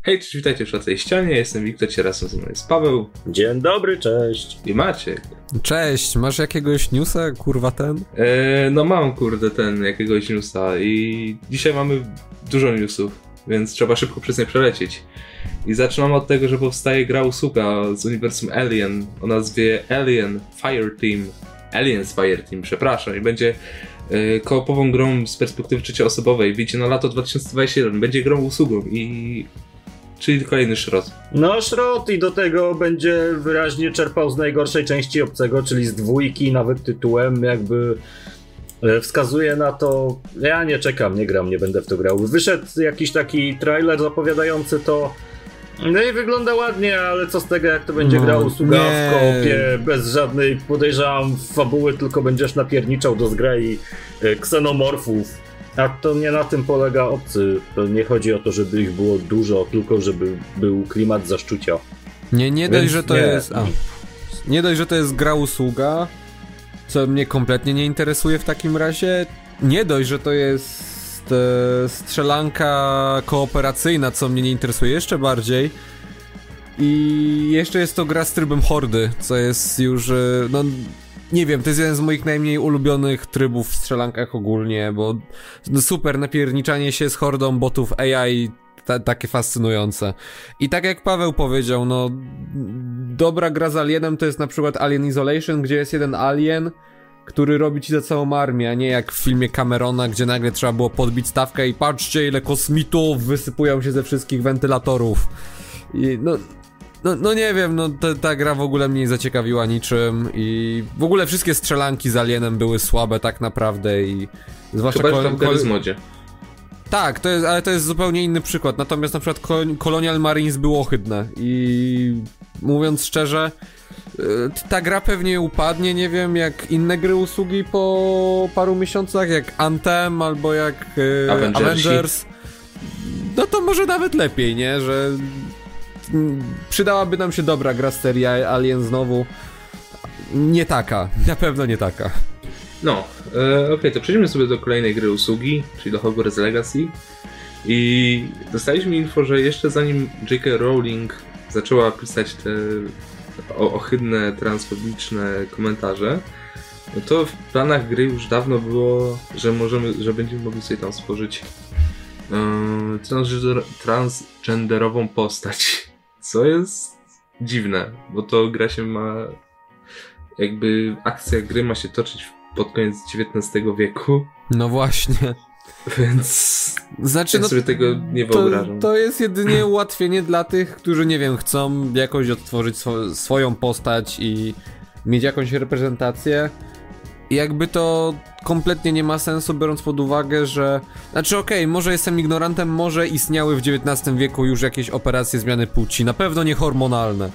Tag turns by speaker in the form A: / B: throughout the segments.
A: Hej, cześć, witajcie w Szatej Ścianie, jestem Wiktor, razem ze mną jest Paweł.
B: Dzień dobry, cześć.
A: I Maciek.
C: Cześć, masz jakiegoś newsa, kurwa ten?
A: No mam, jakiegoś newsa i dzisiaj mamy dużo newsów, więc trzeba szybko przez nie przelecieć. I zaczynamy od tego, że powstaje gra usługa z uniwersum Alien o nazwie Aliens Fire Team, przepraszam, i będzie koopową grą z perspektywy trzecioosobowej. Wyjdzie na lato 2021, będzie grą usługą czyli kolejny szrot.
B: No szrot i do tego będzie wyraźnie czerpał z najgorszej części Obcego, czyli z dwójki, nawet tytułem jakby wskazuje na to. Ja nie czekam, nie gram, nie będę w to grał. Wyszedł jakiś taki trailer zapowiadający to. No i wygląda ładnie, ale co z tego, jak to będzie gra usługa w koopie, bez żadnej, podejrzewam, fabuły, tylko będziesz napierniczał do zgrai ksenomorfów. A to nie na tym polega Obcy. To nie chodzi o to, żeby ich było dużo, tylko żeby był klimat zaszczucia.
C: Nie dość, że to jest... Nie dość, że to jest gra usługa, co mnie kompletnie nie interesuje w takim razie. Nie dość, że to jest strzelanka kooperacyjna, co mnie nie interesuje jeszcze bardziej. I jeszcze jest to gra z trybem hordy, co jest już... Nie wiem, to jest jeden z moich najmniej ulubionych trybów w strzelankach ogólnie, bo super napierniczanie się z hordą botów AI, takie fascynujące. I tak jak Paweł powiedział, dobra gra z Alienem to jest na przykład Alien Isolation, gdzie jest jeden alien, który robi ci za całą armię, a nie jak w filmie Camerona, gdzie nagle trzeba było podbić stawkę i patrzcie, ile kosmitów wysypują się ze wszystkich wentylatorów. I No nie wiem, ta gra w ogóle mnie nie zaciekawiła niczym i w ogóle wszystkie strzelanki z Alienem były słabe tak naprawdę i zwłaszcza
A: chyba w Charismodzie.
C: Tak, ale to jest zupełnie inny przykład, natomiast na przykład Colonial Marines było ohydne i mówiąc szczerze, ta gra pewnie upadnie, nie wiem, jak inne gry usługi po paru miesiącach, jak Anthem albo jak Avengers. No to może nawet lepiej, nie, że przydałaby nam się dobra gra z serii Alien znowu. Nie taka, na pewno nie taka.
A: Okej, to przejdźmy sobie do kolejnej gry usługi, czyli do Hogwarts Legacy. I dostaliśmy info, że jeszcze zanim J.K. Rowling zaczęła pisać te ohydne, transfobiczne komentarze, no to w planach gry już dawno było, że będziemy mogli sobie tam stworzyć transgenderową postać. Co jest dziwne, bo to gra się ma... Jakby akcja gry ma się toczyć pod koniec XIX wieku.
C: No właśnie.
A: Więc ja sobie tego nie wyobrażam.
C: To jest jedynie ułatwienie dla tych, którzy, nie wiem, chcą jakoś odtworzyć swoją postać i mieć jakąś reprezentację. I jakby to kompletnie nie ma sensu, biorąc pod uwagę, że... Znaczy okej, może jestem ignorantem, może istniały w XIX wieku już jakieś operacje zmiany płci, na pewno nie hormonalne.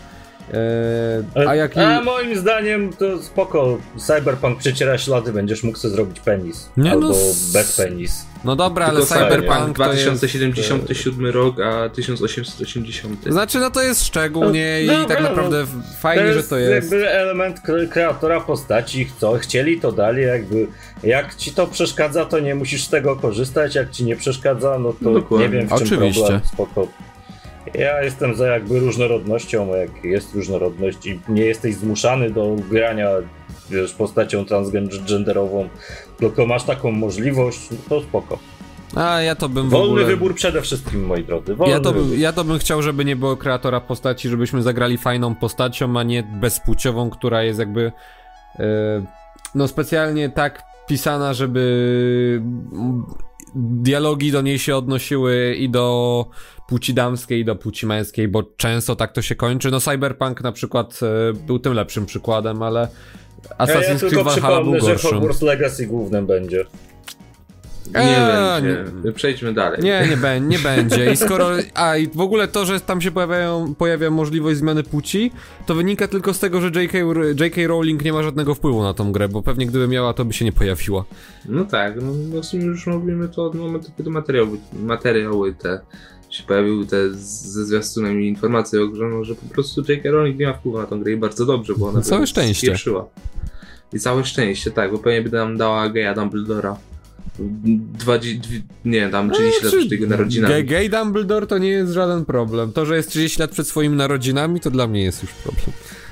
B: A moim zdaniem to spoko, Cyberpunk przeciera ślady, będziesz mógł sobie zrobić penis. Albo bez penis.
C: No dobra,
A: tylko
C: ale Cyberpunk
A: 2077 rok, a 1880.
C: Znaczy, to jest szczegół, nie? I tak naprawdę fajnie, że to jest.
B: Jakby element kreatora postaci, chcieli to dali, jakby jak ci to przeszkadza, to nie musisz z tego korzystać, jak ci nie przeszkadza, no to dokładnie. Nie wiem w czym problem, spoko. Ja jestem za jakby różnorodnością, jak jest różnorodność i nie jesteś zmuszany do grania, wiesz, postacią transgenderową, tylko masz taką możliwość, no to spoko.
C: A ja to bym
B: Wolny wybór przede wszystkim, moi drodzy.
C: Ja to bym chciał, żeby nie było kreatora postaci, żebyśmy zagrali fajną postacią, a nie bezpłciową, która jest jakby specjalnie tak pisana, żeby dialogi do niej się odnosiły i do płci damskiej, i do płci męskiej, bo często tak to się kończy. Cyberpunk na przykład był tym lepszym przykładem, ale Assassin's Creed Valhalla był gorszym.
B: Że Hogwarts Legacy głównym będzie.
A: Nie będzie. Przejdźmy dalej.
C: Nie będzie. I skoro... i w ogóle to, że tam się pojawia możliwość zmiany płci, to wynika tylko z tego, że J.K. Rowling nie ma żadnego wpływu na tą grę, bo pewnie gdyby miała, to by się nie pojawiła.
A: No tak, w sumie już mówimy to od momentu, kiedy materiały te się pojawiły ze zwiastunem i informacje o grze, że po prostu J.K. Rowling nie ma wpływu na tą grę i bardzo dobrze, bo ona
C: całe szczęście.
A: Spieprzyła. I całe szczęście, tak, bo pewnie by nam dała geja Dumbledora. tam 30 lat przed jego narodzinami.
C: Gay Dumbledore to nie jest żaden problem. To, że jest 30 lat przed swoimi narodzinami, to dla mnie jest już problem.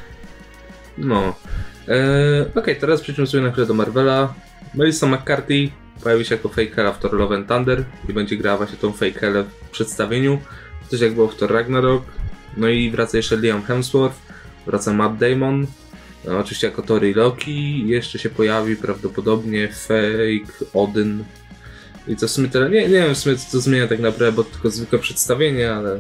A: No. Okej, teraz przejdźmy sobie na chwilę do Marvela. Melissa McCarthy pojawi się jako Fake Hela w Thor Love and Thunder i będzie grała właśnie tą Fake Helę w przedstawieniu. Coś jak było w Thor Ragnarok. No i wraca jeszcze Liam Hemsworth, wraca Matt Damon, no, oczywiście jako Thor i Loki. Jeszcze się pojawi prawdopodobnie Fake Odin. I to w sumie tyle. Nie wiem w sumie co to zmienia tak naprawdę, bo to tylko zwykłe przedstawienie, ale...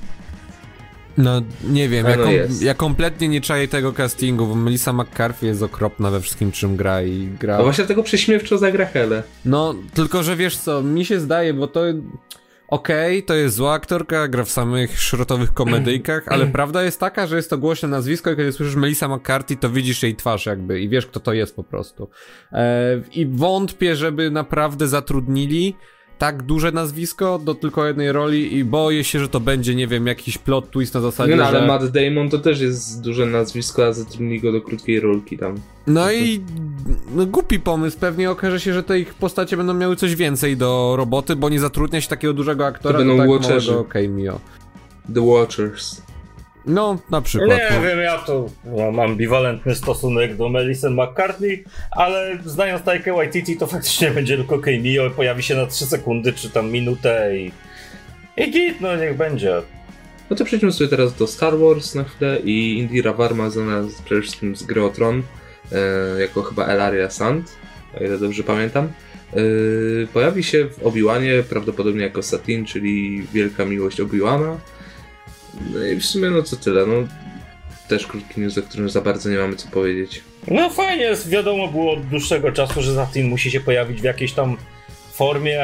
C: No, nie wiem,
A: jest.
C: ja kompletnie nie czaję tego castingu, bo Melissa McCarthy jest okropna we wszystkim, czym gra i gra...
A: No właśnie tego prześmiewczo zagra Helę.
C: No, tylko że wiesz co, mi się zdaje, bo to... Okej, to jest zła aktorka, gra w samych szrotowych komedyjkach, ale prawda jest taka, że jest to głośne nazwisko i kiedy słyszysz Melissa McCarthy, to widzisz jej twarz jakby i wiesz, kto to jest po prostu. I wątpię, żeby naprawdę zatrudnili tak duże nazwisko do tylko jednej roli i boję się, że to będzie, nie wiem, jakiś plot twist na zasadzie,
A: no, ale
C: że...
A: Matt Damon to też jest duże nazwisko, a zatrudnili go do krótkiej rolki tam.
C: No i no, głupi pomysł, pewnie okaże się, że te ich postacie będą miały coś więcej do roboty, bo nie zatrudnia się takiego dużego aktora
A: to będą
C: tak
A: Watcherzy.
C: małego cameo.
A: The Watchers.
C: No, na przykład.
B: Nie
C: no.
B: wiem, ja to mam ambiwalentny stosunek do Melissa McCarthy, ale znając Taika Waititi, to faktycznie będzie tylko cameo, pojawi się na 3 sekundy czy tam minutę i git, no niech będzie.
A: No to przejdźmy sobie teraz do Star Wars na chwilę i Indira Varma znana przede wszystkim z Gry o Tron, jako chyba Elaria Sand, o ile dobrze pamiętam. Pojawi się w Obi-Wanie prawdopodobnie jako Satine, czyli wielka miłość Obi-Wana. No i w sumie no co tyle, no też krótki news, o którym za bardzo nie mamy co powiedzieć.
B: No fajnie, wiadomo było od dłuższego czasu, że Satine musi się pojawić w jakiejś tam formie.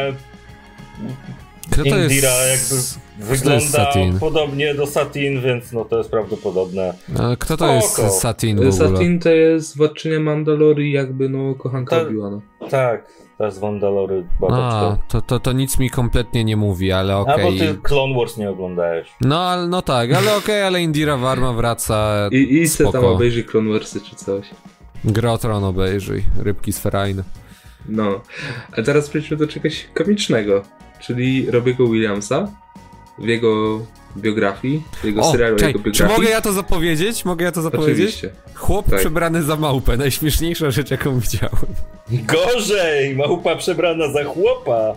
C: Kto to
B: Indira
C: jest...
B: jakby wygląda
C: Satine?
B: Podobnie do Satine, więc no to jest prawdopodobne.
C: A kto to jest Satine w ogóle?
A: Satine to jest władczynia Mandalorii, jakby no kochanka Obi-Wana.
B: Tak, to jest Mandalory
C: A,
B: babaczka.
C: to nic mi kompletnie nie mówi, ale okej.
B: A bo ty Clone Wars nie oglądałeś.
C: No tak, ale okej, ale Indira Varma wraca.
A: I se tam
C: spoko.
A: obejrzy Clone Warsy czy coś.
C: Gra o Tron obejrzyj, rybki sferajne.
A: No, a teraz przejdźmy do czegoś komicznego, czyli Robiego Williamsa w jego biografii, w jego serialu, jego biografii.
C: Czy mogę ja to zapowiedzieć?
A: Oczywiście.
C: Chłop
A: Tak.
C: przebrany za małpę, najśmieszniejsza rzecz jaką widziałem.
B: Gorzej! Małpa przebrana za chłopa!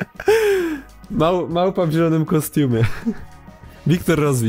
C: Małpa w zielonym kostiumie. Wiktor, rozwiń.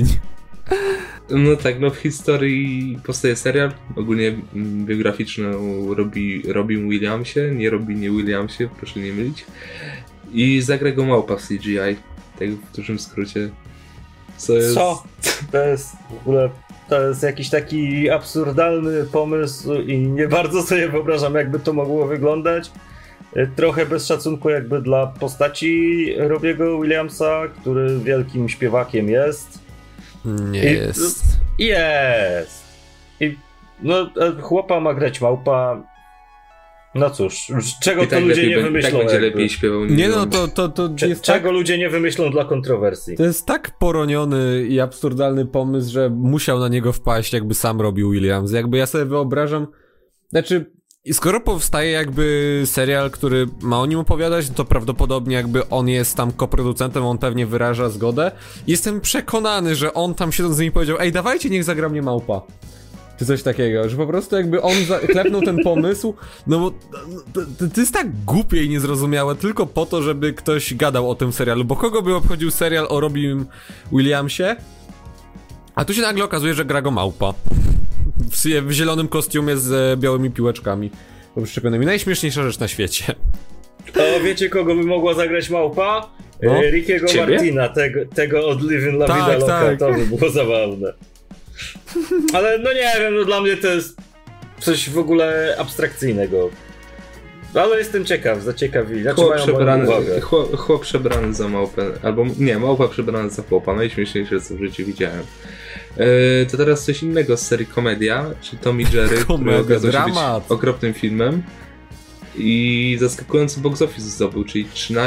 A: No tak, no w historii powstaje serial, ogólnie biograficzny o Robin Williamsie, nie Robinie Williamsie, proszę nie mylić. I zagra go małpa w CGI, tak w dużym skrócie. Co?
B: To jest w ogóle... To jest jakiś taki absurdalny pomysł i nie bardzo sobie wyobrażam, jakby to mogło wyglądać. Trochę bez szacunku jakby dla postaci Robiego Williamsa, który wielkim śpiewakiem jest.
C: Nie jest.
B: Jest! I no, chłopa ma grać małpa. No cóż, czego
A: I
B: to
A: tak
B: ludzie nie wymyślą.
A: Tak będzie
B: jakby.
A: lepiej śpiewał.
C: Nie no, to jest
B: Czego ludzie nie wymyślą dla kontrowersji.
C: To jest tak poroniony i absurdalny pomysł, że musiał na niego wpaść, jakby sam robił Williams. Jakby ja sobie wyobrażam... Znaczy, skoro powstaje jakby serial, który ma o nim opowiadać, to prawdopodobnie jakby on jest tam koproducentem, on pewnie wyraża zgodę. Jestem przekonany, że on tam siedząc z nimi powiedział: ej, dawajcie, niech zagra mnie małpa. Czy coś takiego, że po prostu jakby on klepnął ten pomysł, no bo to jest tak głupie i niezrozumiałe tylko po to, żeby ktoś gadał o tym serialu, bo kogo by obchodził serial o Robin Williamsie? A tu się nagle okazuje, że gra go małpa. W zielonym kostiumie z białymi piłeczkami przyczepionymi. Najśmieszniejsza rzecz na świecie.
B: A wiecie, kogo by mogła zagrać małpa?
C: No?
B: Rickiego
A: Ciebie?
B: Martina, tego od Living La Vida
C: Tak,
B: Loca,
C: tak.
B: to by było zabawne. Ale no nie wiem, no dla mnie to jest coś w ogóle abstrakcyjnego. Ale jestem ciekaw, zaciekawi. Znaczy
A: Chłop przebrany za małpę, albo nie, małpa przebrana za chłopa, najśmieszniejsze co w życiu widziałem. To teraz coś innego z serii Komedia, czy Tom i Jerry, który okazał się być okropnym filmem i zaskakujący box office zdobył, czyli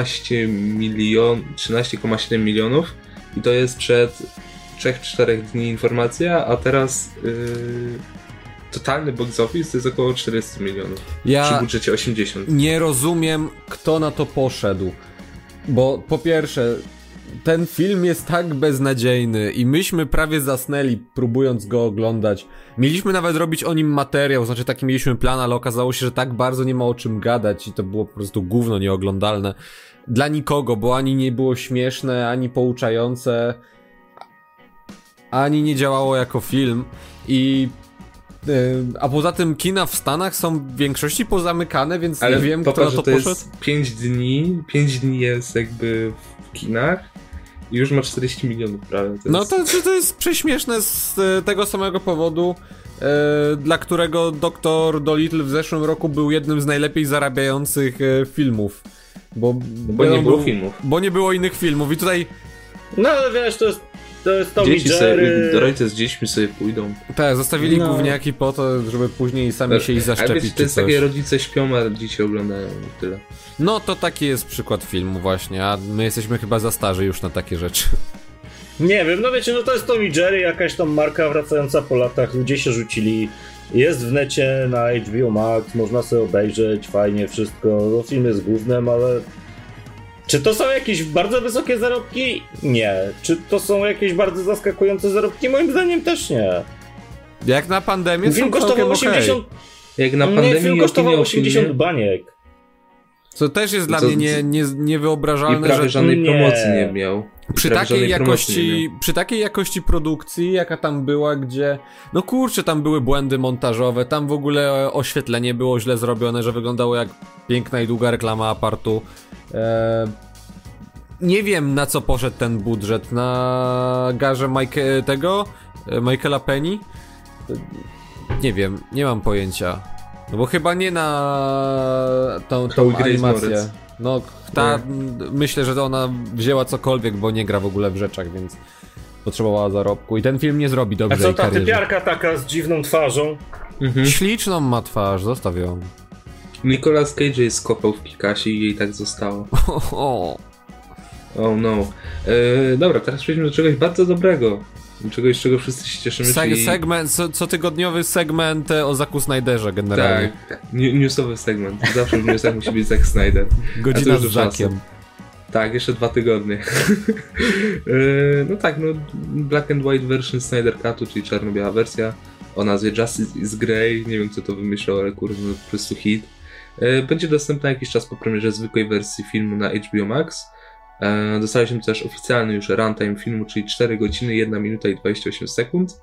A: 13,7 milionów i to jest przed 3-4 dni informacja, a teraz totalny box office to jest około 400 milionów.
C: Ja
A: przy budżecie 80.
C: nie rozumiem, kto na to poszedł. Bo po pierwsze, ten film jest tak beznadziejny i myśmy prawie zasnęli, próbując go oglądać. Mieliśmy nawet robić o nim materiał, znaczy taki mieliśmy plan, ale okazało się, że tak bardzo nie ma o czym gadać i to było po prostu gówno nieoglądalne. Dla nikogo, bo ani nie było śmieszne, ani pouczające, ani nie działało jako film. A poza tym kina w Stanach są w większości pozamykane, więc
A: ale
C: nie wiem, kto na to
A: to
C: poszedł.
A: jest 5 dni jest jakby w kinach i już ma 40 milionów prawie.
C: To jest prześmieszne z tego samego powodu, dla którego Dr. Dolittle w zeszłym roku był jednym z najlepiej zarabiających filmów. Bo
A: nie było filmów.
C: Bo nie było innych filmów i tutaj...
B: No ale wiesz, to jest Tom i
A: Dzieci
B: Jerry.
A: rodzice z dziećmi sobie pójdą.
C: Tak, zostawili gówniaki po to, żeby później sami się ich zaszczepić.
A: Ale wiecie, to jest takie rodzice śpią, a dzieci oglądają i tyle.
C: No to taki jest przykład filmu właśnie, a my jesteśmy chyba za starzy już na takie rzeczy.
B: Nie wiem, no wiecie, no to jest Tom i Jerry, jakaś tam marka wracająca po latach, ludzie się rzucili, jest w necie na HBO Max, można sobie obejrzeć, fajnie wszystko, no film jest gównem, ale... Czy to są jakieś bardzo wysokie zarobki? Nie. Czy to są jakieś bardzo zaskakujące zarobki? Moim zdaniem też nie.
C: Jak na pandemię
B: Film
C: są
B: kosztował 80...
A: Jak na pandemię
B: nie, film kosztował 80 baniek.
C: Co też jest dla mnie niewyobrażalne,
A: i prawie
C: że
A: żadnej promocji nie miał.
C: Przy takiej jakości produkcji, jaka tam była, gdzie... No kurczę, tam były błędy montażowe, tam w ogóle oświetlenie było źle zrobione, że wyglądało jak piękna i długa reklama apartu. Nie wiem, na co poszedł ten budżet. Na garze Michaela Penny? Nie wiem, nie mam pojęcia. No bo chyba nie na tą animację. No, myślę, że ona wzięła cokolwiek, bo nie gra w ogóle w rzeczach, więc potrzebowała zarobku. I ten film nie zrobi dobrze.
B: A co ta typiarka taka z dziwną twarzą?
C: Śliczną ma twarz, zostaw ją.
A: Nicolas Cage jej skopał w Kikasie i jej tak zostało. Oh no. Dobra, teraz przejdźmy do czegoś bardzo dobrego. Czegoś, z czego wszyscy się cieszymy. Czyli...
C: Cotygodniowy segment o Zacku Snyderze generalnie.
A: Tak, newsowy segment. Zawsze w newsach musi być Zack Snyder.
C: Godzina z Zackiem.
A: Tak, jeszcze 2 tygodnie. No tak, no Black and White version Snyder Cutu, czyli czarno-biała wersja o nazwie Justice is Grey. Nie wiem, kto to wymyślał, ale kurde, no po prostu hit. Będzie dostępna jakiś czas po premierze zwykłej wersji filmu na HBO Max. Dostaliśmy też oficjalny już runtime filmu, czyli 4 godziny, 1 minuta i 28 sekund.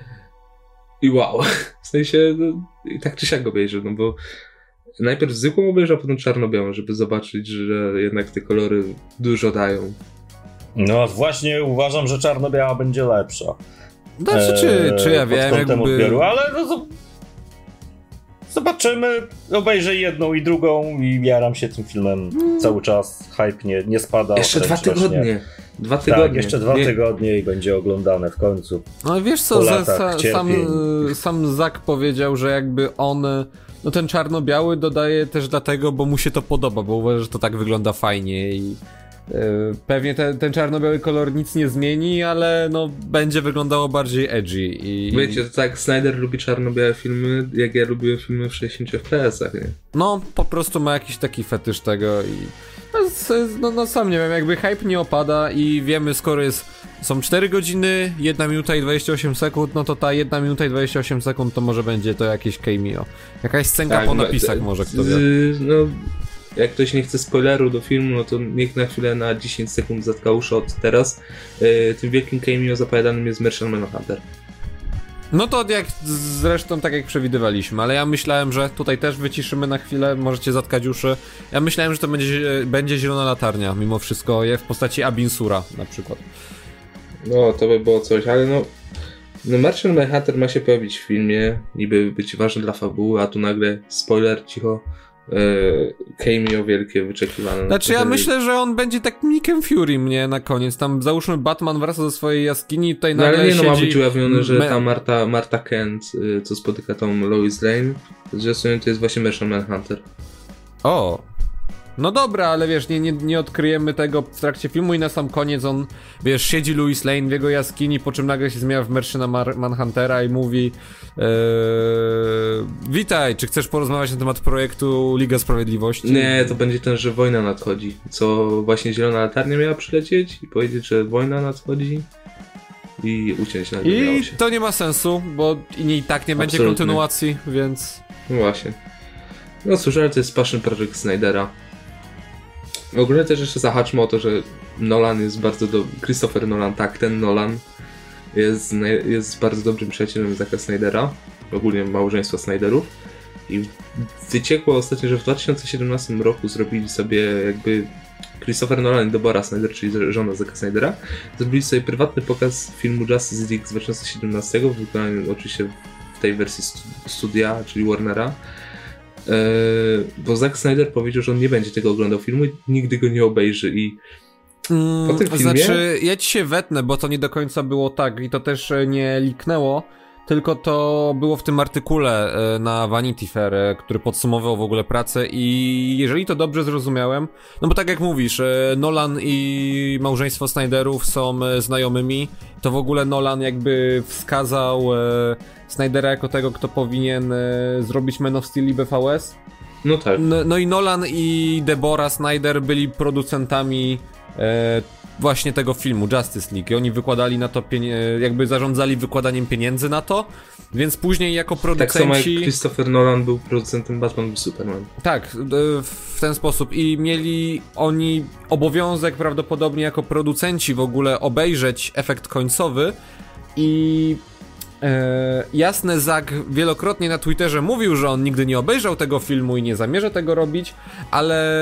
A: I wow, w sensie no, tak czy siak obejrzę, no bo najpierw zwykłą obejrzę, a potem czarno-białą, żeby zobaczyć, że jednak te kolory dużo dają.
B: No właśnie uważam, że czarno-biała będzie lepsza.
C: Znaczy, czy ja wiem, jakby...
B: odbioru, ale no, zobaczymy, obejrzę jedną i drugą i jaram się tym filmem cały czas, hype nie spada.
A: Jeszcze 2 tygodnie. 2 tygodnie.
B: Tak, jeszcze 2 tygodnie i będzie oglądane w końcu.
C: No wiesz co, sam Zack powiedział, że jakby on, no ten czarno-biały dodaje też dlatego, bo mu się to podoba, bo uważa, że to tak wygląda fajnie i pewnie ten czarno-biały kolor nic nie zmieni, ale no będzie wyglądało bardziej edgy i...
A: Wiecie, to tak Snyder lubi czarno-białe filmy, jak ja lubię filmy w 60 fps-ach, nie?
C: No, po prostu ma jakiś taki fetysz tego i... No sam nie wiem, jakby hype nie opada i wiemy, skoro są 4 godziny, 1 minuta i 28 sekund, no to ta 1 minuta i 28 sekund to może będzie to jakieś cameo. Jakaś scenka
A: tak,
C: po napisach może, kto wie.
A: No, jak ktoś nie chce spoileru do filmu, no to niech na chwilę na 10 sekund zatka uszy od teraz. Tym wielkim cameo zapowiadanym jest Martian Manhunter.
C: No to jak zresztą tak jak przewidywaliśmy, ale ja myślałem, że tutaj też wyciszymy na chwilę, możecie zatkać uszy. Ja myślałem, że to będzie Zielona Latarnia, mimo wszystko, w postaci Abinsura na przykład.
A: No, to by było coś, ale no Martian Manhunter ma się pojawić w filmie, niby być ważny dla fabuły, a tu nagle, spoiler, cicho, cameo wielkie, wyczekiwane.
C: Znaczy ja myślę, że on będzie tak Nickiem Fury, nie, na koniec. Tam załóżmy Batman wraca do swojej jaskini i tutaj nagle
A: ale nie, no ma
C: siedzi...
A: być ujawnione, że ta Marta Kent, co spotyka tą Lois Lane, że to jest właśnie Martian Manhunter.
C: O! No dobra, ale wiesz, nie odkryjemy tego w trakcie filmu i na sam koniec on, wiesz, siedzi Louis Lane w jego jaskini, po czym nagle się zmienia w Martiana Manhuntera i mówi witaj, czy chcesz porozmawiać na temat projektu Liga Sprawiedliwości?
A: Nie, to będzie ten, że wojna nadchodzi. Co właśnie Zielona Latarnia miała przylecieć i powiedzieć, że wojna nadchodzi i uciąć nagle miało
C: I
A: się.
C: to nie ma sensu, bo i tak nie będzie
A: Absolutnie.
C: kontynuacji, więc...
A: No właśnie. No cóż, ale to jest passion project Snydera. W ogóle też jeszcze zahaczmy o to, że Nolan jest bardzo dobry. Christopher Nolan, tak, ten Nolan jest bardzo dobrym przyjacielem Zacka Snydera. Ogólnie małżeństwa Snyderów. I wyciekło ostatnio, że w 2017 roku zrobili sobie jakby Christopher Nolan i Deborah Snyder, czyli żona Zacka Snydera, zrobili sobie prywatny pokaz filmu Justice League z 2017 w wykonaniu oczywiście w tej wersji studia, czyli Warnera. Bo Zack Snyder powiedział, że on nie będzie tego oglądał filmu i nigdy go nie obejrzy i po tym filmie...
C: Znaczy, ja ci się wetnę, bo to nie do końca było tak i to też nie liknęło, tylko to było w tym artykule na Vanity Fair, który podsumował w ogóle pracę i jeżeli to dobrze zrozumiałem, no bo tak jak mówisz, Nolan i małżeństwo Snyderów są znajomymi, to w ogóle Nolan jakby wskazał Snydera jako tego, kto powinien zrobić Man of Steel i BVS.
A: No tak.
C: No i Nolan i Deborah Snyder byli producentami właśnie tego filmu Justice League i oni wykładali na to jakby zarządzali wykładaniem pieniędzy na to, więc później jako producenci...
A: Tak samo jak Christopher Nolan był producentem Batman v Superman.
C: Tak, w ten sposób i mieli oni obowiązek prawdopodobnie jako producenci w ogóle obejrzeć efekt końcowy i jasne, Zack wielokrotnie na Twitterze mówił, że on nigdy nie obejrzał tego filmu i nie zamierza tego robić, ale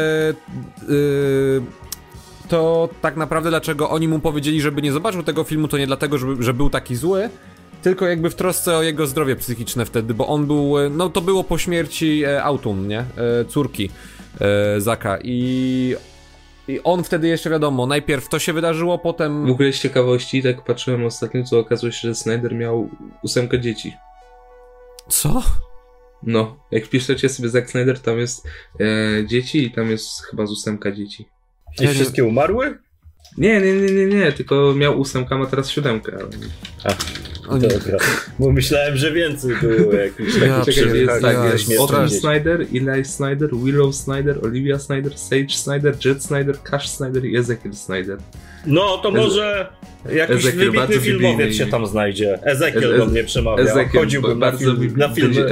C: to tak naprawdę dlaczego oni mu powiedzieli, żeby nie zobaczył tego filmu, to nie dlatego, że był taki zły, tylko jakby w trosce o jego zdrowie psychiczne wtedy, bo on był, no to było po śmierci Autumn, nie? Córki Zacka i on wtedy jeszcze wiadomo, najpierw to się wydarzyło, potem...
A: W ogóle z ciekawości, tak patrzyłem ostatnio, to okazuje się, że Snyder miał 8 dzieci.
C: Co?
A: No, jak wpiszecie sobie Zack Snyder, tam jest dzieci i tam jest chyba z 8 dzieci.
B: I wszystkie umarły?
A: Nie, tylko miał 8, ma teraz 7. Ale...
B: Dobra, bo myślałem, że więcej było jakieś
A: Autumn Snyder, Eli Snyder, Willow Snyder, Olivia Snyder, Sage Snyder, Jet Snyder, Cash Snyder i Ezekiel Snyder.
B: No to może jakiś
A: Ezekiel
B: wybitny filmowiec się tam znajdzie. Ezekiel do mnie przemawia. Chodziłbym na filmy.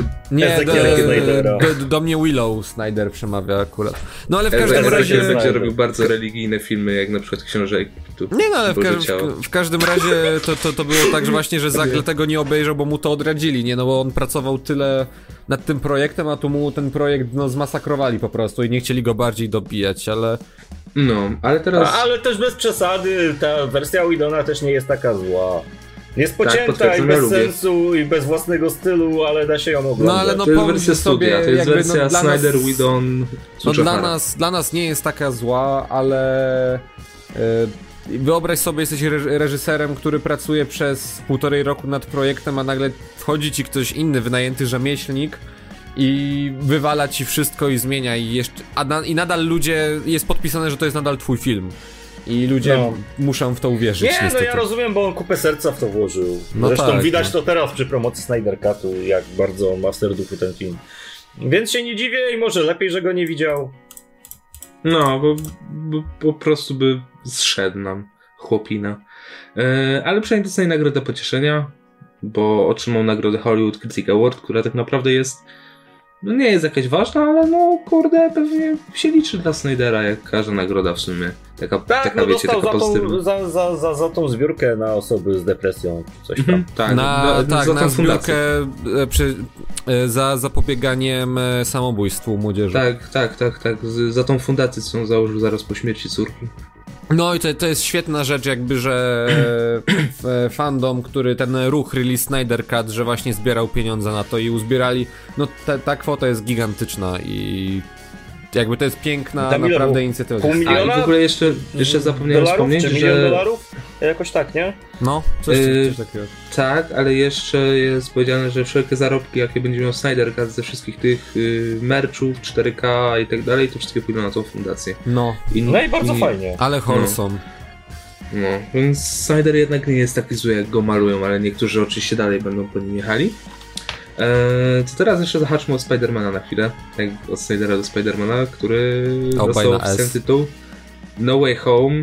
C: Do mnie Willow Snyder przemawia akurat. No ale w każdym razie...
A: Ezekiel będzie robił bardzo religijne filmy, jak na przykład Książę
C: Nie no, ale w każdym razie to było tak, że właśnie, że Zack dlatego nie obejrzał, bo mu to odradzili, nie? No bo on pracował tyle nad tym projektem, a tu mu ten projekt zmasakrowali po prostu i nie chcieli go bardziej dobijać, ale...
A: No, ale teraz...
B: Ale też bez przesady, ta wersja Whedona też nie jest taka zła. Jest pocięta tak, i bez sensu i bez własnego stylu, ale da się ją oglądać.
C: No ale no
A: to jest wersja studia, to jest wersja Snyder, Whedon,
C: no dla nas nie jest taka zła, ale... Wyobraź sobie, jesteś reżyserem, który pracuje przez 1,5 roku nad projektem, a nagle wchodzi ci ktoś inny, wynajęty rzemieślnik i wywala ci wszystko i zmienia i nadal ludzie, jest podpisane, że to jest nadal twój film. I ludzie muszą w to uwierzyć.
B: Nie, niestety. No ja rozumiem, bo on kupę serca w to włożył.
C: No
B: zresztą
C: tak,
B: widać to teraz przy promocji Snyder Cutu, jak bardzo on ma w serduchu ten film. Więc się nie dziwię i może lepiej, że go nie widział.
A: No, bo po prostu by zszedł nam chłopina. Ale przynajmniej dostaje nagrodę pocieszenia, bo otrzymał nagrodę Hollywood Critic Award, która tak naprawdę jest, no nie jest jakaś ważna, ale no kurde, pewnie się liczy dla Snydera, jak każda nagroda w sumie. Taka wiecie, taka pozytywna.
B: Za tą zbiórkę na osoby z depresją, coś tam.
C: Na zbiórkę za zapobieganiem samobójstwu młodzieży.
A: Tak. Za tą fundację, którą założył zaraz po śmierci córki.
C: No i to jest świetna rzecz, jakby, że fandom, który ten ruch Release Snyder Cut, że właśnie zbierał pieniądze na to i uzbierali, no ta kwota jest gigantyczna i jakby to jest piękna naprawdę inicjatywa.
B: $500,000?
A: A i w ogóle jeszcze zapomniałem wspomnieć,
B: czy $1
A: że...
B: milionów? Jakoś tak, nie?
C: No, coś takiego.
A: Tak, ale jeszcze jest powiedziane, że wszelkie zarobki, jakie będzie miał Snyder Cut ze wszystkich tych merchów, 4K i tak dalej, to wszystkie pójdą na tą fundację.
C: No.
B: No i bardzo fajnie.
C: Ale wholesome.
A: No, więc Snyder jednak nie jest taki zły, jak go malują, ale niektórzy oczywiście dalej będą po nim jechali. To teraz jeszcze zahaczmy o Spidermana na chwilę. Tak, od Snydera do Spidermana, który dostał oficjalny tytuł No Way Home.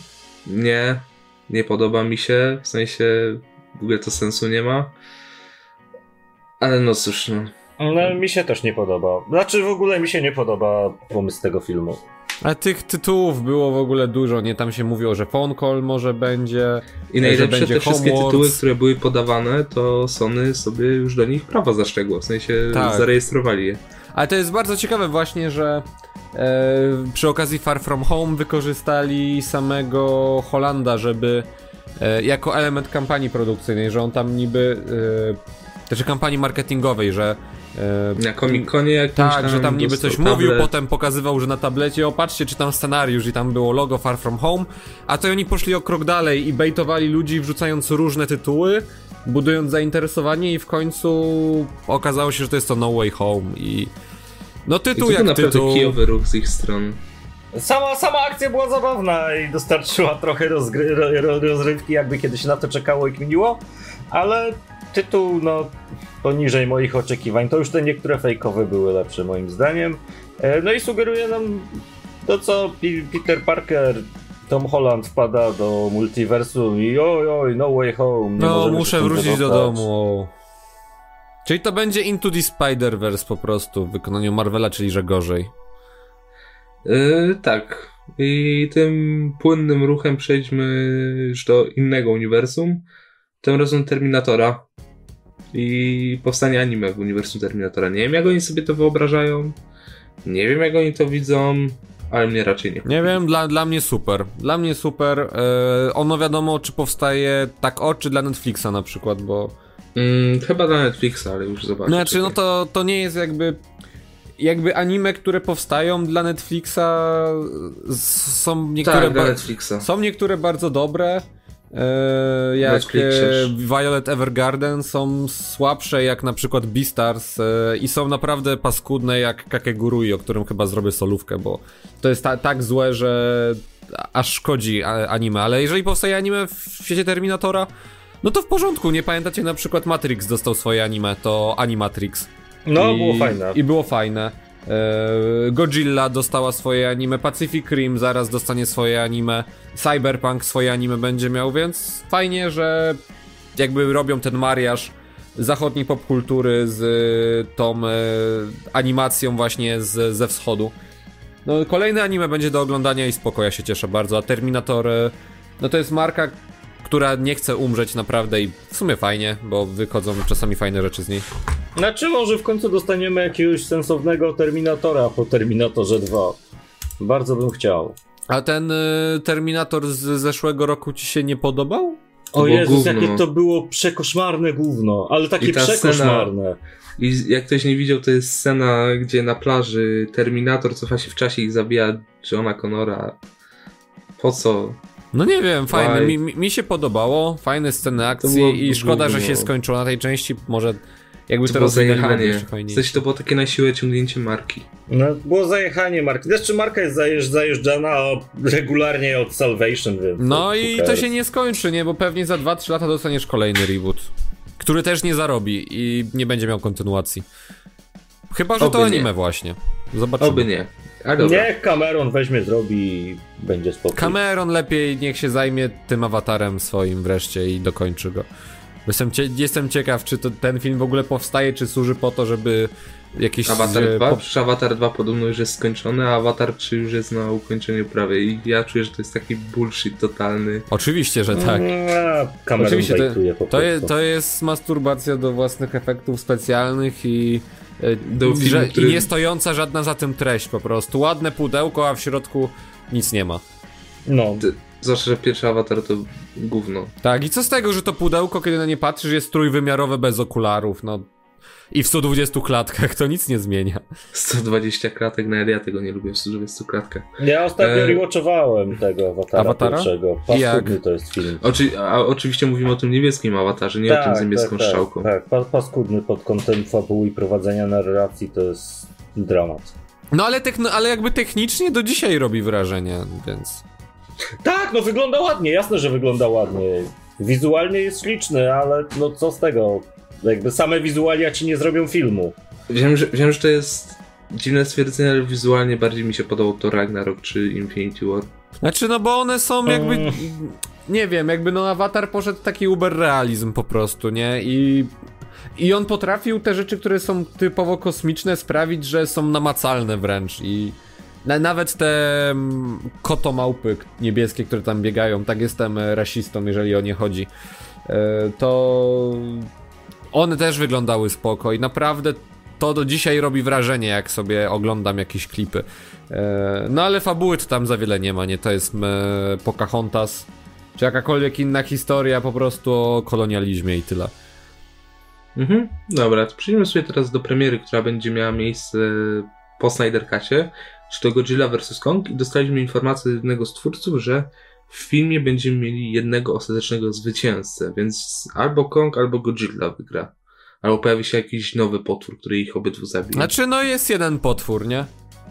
A: Nie podoba mi się, w sensie w ogóle to sensu nie ma. Ale no cóż, no.
B: No mi się też nie podoba. Znaczy w ogóle mi się nie podoba pomysł tego filmu.
C: A tych tytułów było w ogóle dużo, nie? Tam się mówiło, że Phone Call może będzie.
A: I najlepsze
C: będzie
A: te wszystkie
C: Homeworlds.
A: tytuły, które były podawane, to Sony sobie już do nich prawa zaszczegło, w sensie zarejestrowali je.
C: Ale to jest bardzo ciekawe właśnie, że przy okazji Far From Home wykorzystali samego Hollanda, żeby jako element kampanii produkcyjnej, że on tam niby też kampanii marketingowej, że
A: na Comic-Conie jakimś
C: tak, że tam niby coś mówił,
A: tablet.
C: potem pokazywał, że na tablecie opatrzcie, czytam scenariusz i tam było logo Far From Home, a to oni poszli o krok dalej i bejtowali ludzi, wrzucając różne tytuły, budując zainteresowanie i w końcu okazało się, że to jest to No Way Home i no tytuł
A: I to
C: jak
A: naprawdę
C: tytuł.
A: kijowy ruch z ich stron.
B: Sama akcja była zabawna i dostarczyła trochę rozrywki, jakby kiedy się na to czekało i kminiło, ale tytuł, no, poniżej moich oczekiwań. To już te niektóre fejkowe były lepsze moim zdaniem. No i sugeruje nam to, co Peter Parker, Tom Holland wpada do multiversum i oj, No Way Home.
C: No, muszę wrócić do domu. Czyli to będzie Into the Spider-Verse po prostu w wykonaniu Marvela, czyli że gorzej.
A: Tak. I tym płynnym ruchem przejdźmy już do innego uniwersum. Tym razem Terminatora. I powstanie anime w uniwersum Terminatora. Nie wiem, jak oni sobie to wyobrażają. Nie wiem, jak oni to widzą. Ale mnie raczej nie.
C: Nie wiem, dla mnie super. Dla mnie super. Ono wiadomo, czy powstaje tak czy dla Netflixa na przykład, bo...
A: Chyba dla Netflixa, ale już zobaczę.
C: Znaczy, no to nie jest jakby anime, które powstają dla Netflixa, są niektóre
A: tak, dla Netflixa.
C: Są niektóre bardzo dobre, jak Violet Evergarden, są słabsze jak na przykład Beastars i są naprawdę paskudne jak Kakegurui, o którym chyba zrobię solówkę, bo to jest tak złe, że aż szkodzi anime, ale jeżeli powstaje anime w świecie Terminatora, no to w porządku. Nie pamiętacie, na przykład Matrix dostał swoje anime, to Animatrix.
B: No, było fajne.
C: I było fajne. Godzilla dostała swoje anime, Pacific Rim zaraz dostanie swoje anime, Cyberpunk swoje anime będzie miał, więc fajnie, że jakby robią ten mariaż zachodniej popkultury z tą animacją właśnie ze wschodu. No, kolejne anime będzie do oglądania i spoko, ja się cieszę bardzo, a Terminator, no to jest marka, która nie chce umrzeć naprawdę i w sumie fajnie, bo wychodzą czasami fajne rzeczy z niej.
B: Znaczy może w końcu dostaniemy jakiegoś sensownego Terminatora po Terminatorze 2. Bardzo bym chciał.
C: A ten Terminator z zeszłego roku ci się nie podobał?
B: O Jezus, jakie to było przekoszmarne gówno, ale takie przekoszmarne.
A: I jak ktoś nie widział, to jest scena, gdzie na plaży Terminator cofa się w czasie i zabija Johna Connora. Po co?
C: No nie wiem, fajne, mi się podobało, fajne sceny akcji i szkoda, że się skończyło na tej części, może jakby to rozjechane jeszcze fajniej.
A: W sensie to było takie na siłę ciągnięcie marki.
B: No, było zajechanie marki. Zresztą marka jest zajeżdżana regularnie od Salvation, więc...
C: No i to się nie skończy, nie? Bo pewnie za 2-3 lata dostaniesz kolejny reboot, który też nie zarobi i nie będzie miał kontynuacji. Chyba, że to anime właśnie. Zobaczymy.
A: Oby nie.
B: Niech Cameron weźmie, zrobi i będzie spokój.
C: Cameron lepiej niech się zajmie tym awatarem swoim wreszcie i dokończy go. Jestem ciekaw, czy ten film w ogóle powstaje, czy służy po to, żeby jakieś...
A: Avatar 2? Przecież Avatar 2 podobno już jest skończony, a Avatar 3 już jest na ukończeniu prawie i ja czuję, że to jest taki bullshit totalny.
C: Oczywiście, że tak.
B: Oczywiście,
C: to jest masturbacja do własnych efektów specjalnych i nie stojąca żadna za tym treść po prostu. Ładne pudełko, a w środku nic nie ma.
B: No.
A: Zwłaszcza, że pierwszy Avatar to gówno.
C: Tak, i co z tego, że to pudełko, kiedy na nie patrzysz, jest trójwymiarowe bez okularów, no. I w 120 klatkach to nic nie zmienia.
A: 120 klatek, nawet ja tego nie lubię w 120 klatkach.
B: Ja ostatnio rewatchowałem tego Awatara? Pierwszego. Paskudny to jest film.
A: Oczywiście mówimy o tym niebieskim awatarze, nie o tym z niebieską strzałką.
B: Tak, paskudny pod kątem fabuły i prowadzenia narracji to jest dramat.
C: No ale jakby technicznie do dzisiaj robi wrażenie, więc...
B: Tak, no wygląda ładnie, jasne, że wygląda ładnie. Wizualnie jest śliczny, ale no co z tego? Jakby same wizualia ci nie zrobią filmu.
A: Wiem, że to jest dziwne stwierdzenie, ale wizualnie bardziej mi się podobał to Ragnarok czy Infinity War.
C: Znaczy, no bo one są jakby... Nie wiem, jakby no Avatar poszedł taki uber realizm po prostu, nie? I on potrafił te rzeczy, które są typowo kosmiczne, sprawić, że są namacalne wręcz i... Nawet te kotomałpy niebieskie, które tam biegają, tak jestem rasistą, jeżeli o nie chodzi, to one też wyglądały spoko i naprawdę to do dzisiaj robi wrażenie, jak sobie oglądam jakieś klipy. No ale fabuły to tam za wiele nie ma, nie? To jest Pocahontas, czy jakakolwiek inna historia po prostu o kolonializmie i tyle.
A: Dobra, to przejdziemy sobie teraz do premiery, która będzie miała miejsce po Snyder Cutie, czy to Godzilla vs. Kong, i dostaliśmy informację od jednego z twórców, że w filmie będziemy mieli jednego ostatecznego zwycięzcę, więc albo Kong, albo Godzilla wygra. Albo pojawi się jakiś nowy potwór, który ich obydwu zabije.
C: Znaczy, no jest jeden potwór, nie?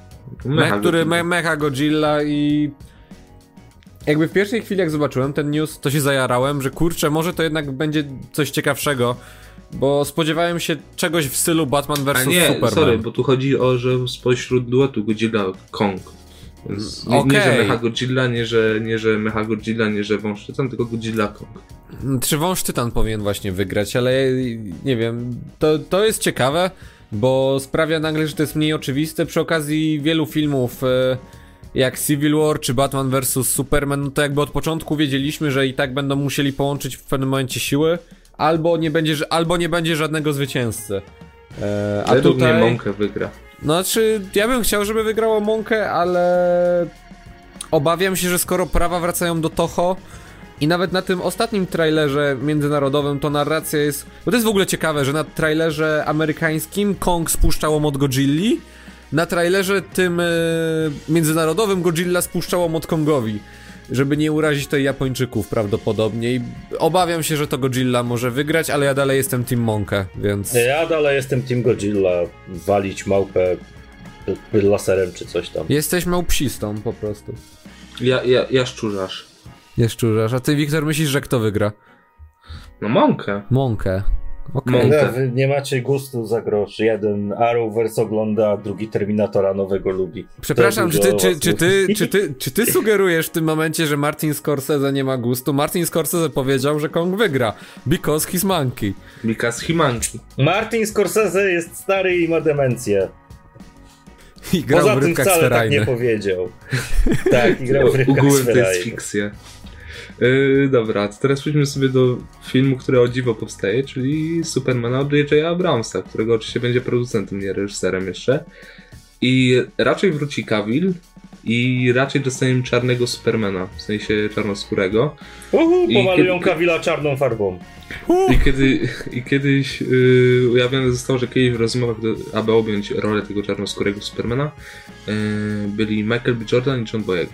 C: Mecha Godzilla i... Jakby w pierwszej chwili, jak zobaczyłem ten news, to się zajarałem, że kurczę, może to jednak będzie coś ciekawszego, bo spodziewałem się czegoś w stylu Batman vs. Superman.
A: Sorry, bo tu chodzi o, że spośród duetu Godzilla Kong. Więc nie, że Mecha Godzilla, nie, że Mecha Godzilla, nie, że Wąż Tytan, tylko Godzilla Kong.
C: Czy Wąż Tytan powinien właśnie wygrać, ale nie wiem, to jest ciekawe, bo sprawia nagle, że to jest mniej oczywiste. Przy okazji wielu filmów jak Civil War czy Batman vs. Superman, no to jakby od początku wiedzieliśmy, że i tak będą musieli połączyć w pewnym momencie siły, albo nie będzie żadnego zwycięzcy. A
A: według
C: tutaj
A: mnie Monkę wygra.
C: Znaczy, ja bym chciał, żeby wygrało Monkę, ale obawiam się, że skoro prawa wracają do Toho i nawet na tym ostatnim trailerze międzynarodowym to narracja jest... Bo to jest w ogóle ciekawe, że na trailerze amerykańskim Kong spuszczało mod Godzilli, na trailerze tym międzynarodowym Godzilla spuszczało mod Kongowi, żeby nie urazić tutaj Japończyków prawdopodobnie, i obawiam się, że to Godzilla może wygrać, ale ja dalej jestem Team Monkę, więc...
B: Ja dalej jestem Team Godzilla, walić małpę laserem czy coś tam.
C: Jesteś małpsistą po prostu.
A: Ja szczurzasz.
C: Jest szczurzasz, a ty, Wiktor, myślisz, że kto wygra?
A: No Monkę.
C: Monkę. Okay.
B: Wy nie macie gustu za grosz. Jeden Arrowverse ogląda, drugi Terminatora nowego lubi.
C: Przepraszam, czy ty sugerujesz w tym momencie, że Martin Scorsese nie ma gustu? Martin Scorsese powiedział, że Kong wygra. Because he's monkey.
A: Because he monkey.
B: Martin Scorsese jest stary i ma demencję.
C: I grał
B: poza
C: w
B: tym wcale tak nie powiedział. Tak, i grał w rybkach
A: to jest fikcja. Dobra, to teraz przejdźmy sobie do filmu, który o dziwo powstaje, czyli Supermana od J.J. Abramsa, którego oczywiście będzie producentem, nie reżyserem jeszcze. I raczej wróci Cavill i raczej dostaniemy czarnego Supermana, w sensie czarnoskórego.
B: Pomalują Cavilla czarną farbą.
A: I kiedyś ujawnione zostało, że kiedyś w rozmowach, aby objąć rolę tego czarnoskórego Supermana, byli Michael B. Jordan i John Boyega.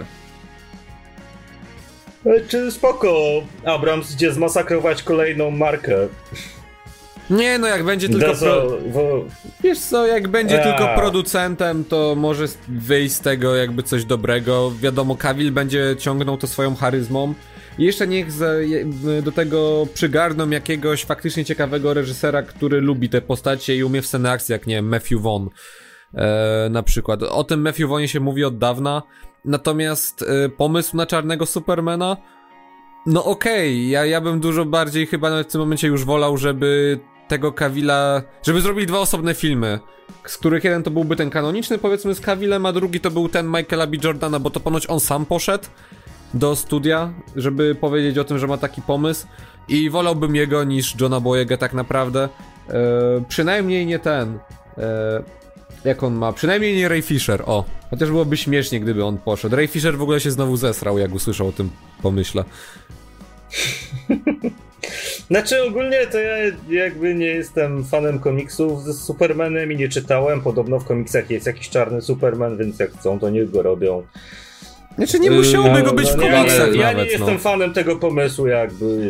B: Czy spoko, Abrams idzie zmasakrować kolejną markę.
C: Nie, no jak będzie tylko wiesz co, jak będzie tylko producentem, to może wyjść z tego jakby coś dobrego. Wiadomo, Cavill będzie ciągnął to swoją charyzmą. I jeszcze niech do tego przygarną jakiegoś faktycznie ciekawego reżysera, który lubi te postacie i umie w sceny akcji, jak nie wiem, Matthew Vaughn na przykład. O tym Matthew Vaughnie się mówi od dawna. Natomiast pomysł na czarnego Supermana, no okej, ja bym dużo bardziej chyba nawet w tym momencie już wolał, żeby tego Cavilla, żeby zrobili dwa osobne filmy, z których jeden to byłby ten kanoniczny, powiedzmy, z Cavillem, a drugi to był ten Michaela B. Jordana, bo to ponoć on sam poszedł do studia, żeby powiedzieć o tym, że ma taki pomysł, i wolałbym jego niż Johna Boyega tak naprawdę. Przynajmniej nie ten... Jak on ma? Przynajmniej nie Ray Fisher, o. Chociaż byłoby śmiesznie, gdyby on poszedł. Ray Fisher w ogóle się znowu zesrał, jak usłyszał o tym pomyśle.
B: Znaczy ogólnie to ja jakby nie jestem fanem komiksów z Supermanem i nie czytałem. Podobno w komiksach jest jakiś czarny Superman, więc jak chcą, to niech go robią.
C: Znaczy nie musiałoby go być w komiksach
B: ja
C: nawet,
B: nie jestem fanem tego pomysłu jakby.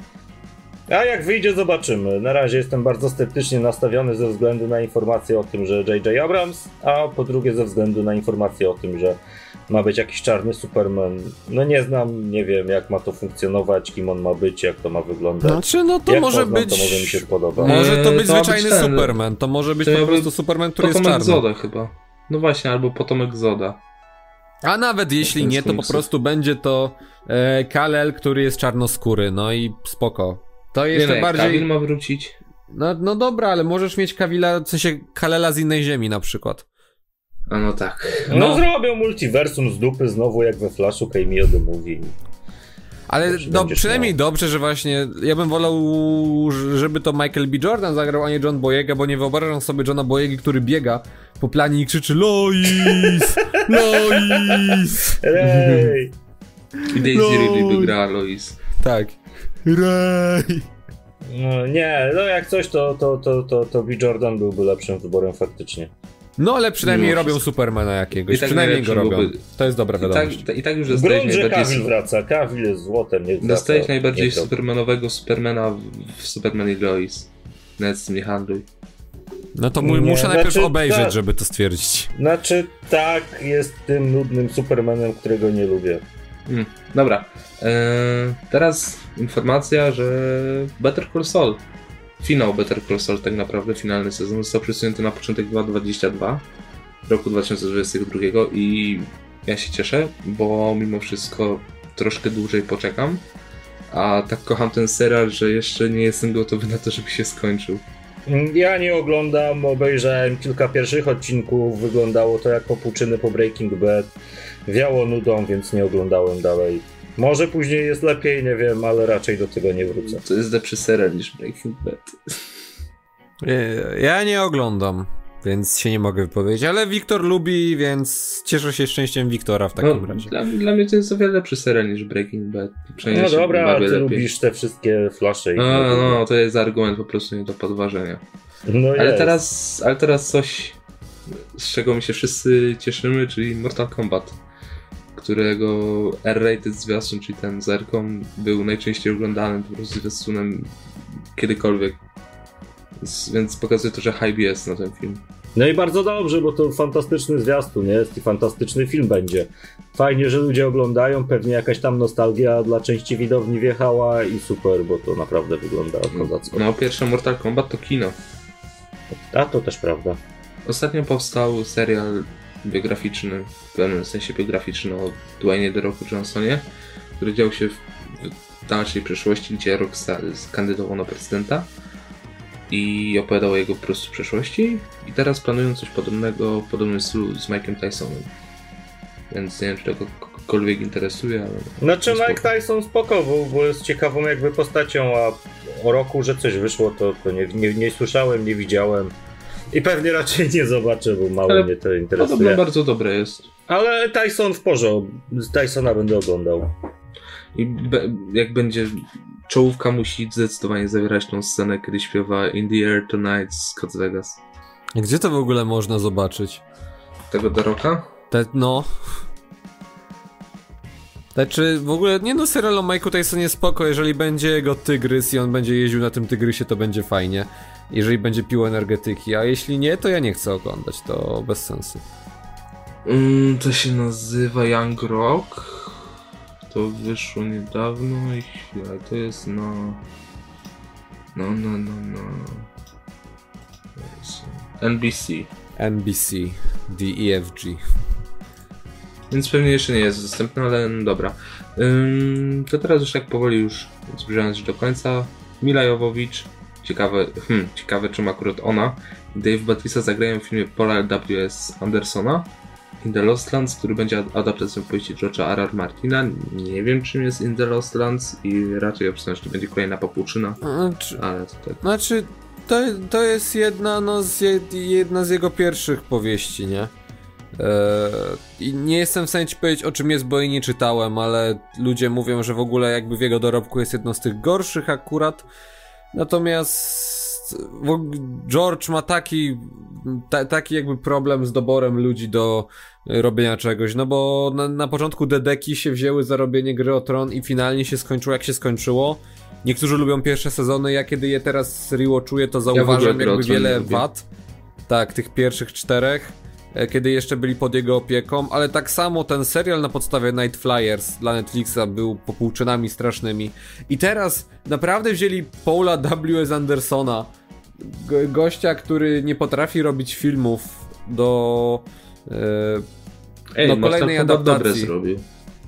B: A jak wyjdzie, zobaczymy. Na razie jestem bardzo sceptycznie nastawiony ze względu na informacje o tym, że J.J. Abrams, a po drugie ze względu na informacje o tym, że ma być jakiś czarny Superman. No nie znam, nie wiem jak ma to funkcjonować, kim on ma być, jak to ma wyglądać.
C: Znaczy no to
B: jak
C: może
B: poznam,
C: być...
B: to może mi się spodoba.
C: Może to być
A: to ma
C: zwyczajny
A: być ten,
C: Superman, to może być
A: to
C: po prostu Superman, który jest
A: potomek
C: czarny.
A: Zoda chyba. No właśnie, albo potomek Zoda.
C: A nawet jeśli nie, to po prostu będzie to Kal-El, który jest czarnoskóry, no i spoko. To jeszcze
A: nie,
C: bardziej...
A: Cavill ma wrócić.
C: No dobra, ale możesz mieć Cavilla, w sensie Kal-Ela z innej ziemi na przykład.
A: A no tak.
B: No zrobią multiversum z dupy znowu jak we Flashu Cameo The Movie.
C: Ale przynajmniej dobrze, że właśnie ja bym wolał, żeby to Michael B. Jordan zagrał, a nie John Boyega, bo nie wyobrażam sobie Johna Boyegi, który biega po planie i krzyczy Lois! Lois!
B: Ej!
A: I Daisy Ridley by grała Lois.
C: Tak. Ray!
B: No, nie, no jak coś to B. Jordan byłby lepszym wyborem faktycznie.
C: No ale przynajmniej
A: Mimo
C: robią
A: wszystko.
C: Supermana jakiegoś,
A: I tak
C: przynajmniej go robią.
A: byłoby...
C: To jest dobra wiadomość.
A: I tak już dostałeś
B: Grunt, że
A: najbardziej...
B: Cavill wraca, Cavill jest złotem, niech wraca.
A: Dostałeś najbardziej
B: niech to-
A: supermanowego Supermana w Superman i Lois. Nawet z tym nie handluj.
C: No to
B: Nie,
C: muszę najpierw
B: znaczy,
C: obejrzeć,
B: tak.
C: żeby to stwierdzić.
B: Znaczy tak, jest tym nudnym Supermanem, którego nie lubię.
A: Dobra. Teraz informacja, że Better Call Saul. Finał Better Call Saul, tak naprawdę finalny sezon, został przesunięty na początek 2022 roku 2022 i ja się cieszę, bo mimo wszystko troszkę dłużej poczekam, a tak kocham ten serial, że jeszcze nie jestem gotowy na to, żeby się skończył.
B: Ja nie oglądam, obejrzałem kilka pierwszych odcinków, wyglądało to jak popłuczyny po Breaking Bad. Wiało nudą, więc nie oglądałem dalej. Może później jest lepiej, nie wiem, ale raczej do tego nie wrócę.
A: To jest lepszy serial niż Breaking Bad.
C: Ja nie oglądam, więc się nie mogę wypowiedzieć, ale Wiktor lubi, więc cieszę się szczęściem Wiktora w takim razie.
A: Dla mnie to jest o wiele lepszy serial niż Breaking Bad.
B: No dobra, ale ty lubisz te wszystkie flasze.
A: No, to jest argument po prostu nie do podważenia.
B: No
A: Ale teraz coś, z czego my się wszyscy cieszymy, czyli Mortal Kombat, którego R-rated zwiastun, czyli ten z R-ką, był najczęściej oglądanym po prostu zwiastunem kiedykolwiek. Więc pokazuje to, że hype jest na ten film.
B: No i bardzo dobrze, bo to fantastyczny zwiastun jest i fantastyczny film będzie. Fajnie, że ludzie oglądają, pewnie jakaś tam nostalgia dla części widowni wjechała i super, bo to naprawdę wygląda kozacko.
A: No, pierwszy Mortal Kombat to kino.
B: A to też prawda.
A: Ostatnio powstał serial biograficzny, w pewnym sensie biograficzny o Dwayne The Rocku Johnsonie, który dział się w dalszej przyszłości, gdzie Rock kandydował na prezydenta i opowiadał o jego po prostu przeszłości i teraz planują coś podobnego, w podobnym stylu z Mike'em Tysonem. Więc nie wiem, czy to kogokolwiek interesuje, ale...
B: Znaczy Mike Tyson spoko, bo jest ciekawą jakby postacią, a o roku, że coś wyszło, to nie słyszałem, nie widziałem. I pewnie raczej nie zobaczę, bo mało mnie to interesuje.
A: Podobno bardzo dobre jest.
B: Ale Tyson w porządku. Z Tysona będę oglądał.
A: I jak będzie... Czołówka musi zdecydowanie zawierać tą scenę, kiedy śpiewa In the Air Tonight z Scott Vegas.
C: Gdzie to w ogóle można zobaczyć?
A: Tego The Rocka?
C: No. Znaczy, w ogóle, nie no, serial o Mike'u Tysonie spoko, jeżeli będzie jego tygrys i on będzie jeździł na tym tygrysie, to będzie fajnie. Jeżeli będzie pił energetyki, a jeśli nie, to ja nie chcę oglądać, to bez sensu.
A: To się nazywa Young Rock. To wyszło niedawno i chwilę, to jest na... NBC,
C: DEFG.
A: więc pewnie jeszcze nie jest dostępny, ale no dobra. To teraz już tak powoli już zbliżając się do końca, Mila Jovovich, ciekawe czym akurat ona i Dave Bautista zagrają w filmie Paula W.S. Andersona In the Lost Lands, który będzie adaptacją powieści George'a R.R. Martina. Nie wiem czym jest In the Lost Lands i raczej obstawiam, że to będzie kolejna popłuczyna, ale to tak.
C: Znaczy, to jest jedna z jego pierwszych powieści, nie? I nie jestem w stanie ci powiedzieć, o czym jest, bo jej nie czytałem, ale ludzie mówią, że w ogóle jakby w jego dorobku jest jedno z tych gorszych akurat. Natomiast George ma taki jakby problem z doborem ludzi do robienia czegoś, no bo na początku Dedeki się wzięły za robienie Gry o Tron i finalnie się skończyło jak się skończyło. Niektórzy lubią pierwsze sezony, ja kiedy je teraz rewatchuję, to zauważam jakby wiele wad. Tak, tych pierwszych 4, kiedy jeszcze byli pod jego opieką, ale tak samo ten serial na podstawie Night Flyers dla Netflixa był popłuczynami strasznymi. I teraz naprawdę wzięli Paula W.S. Andersona, gościa, który nie potrafi robić filmów do kolejnej adaptacji.
A: Dobre zrobił.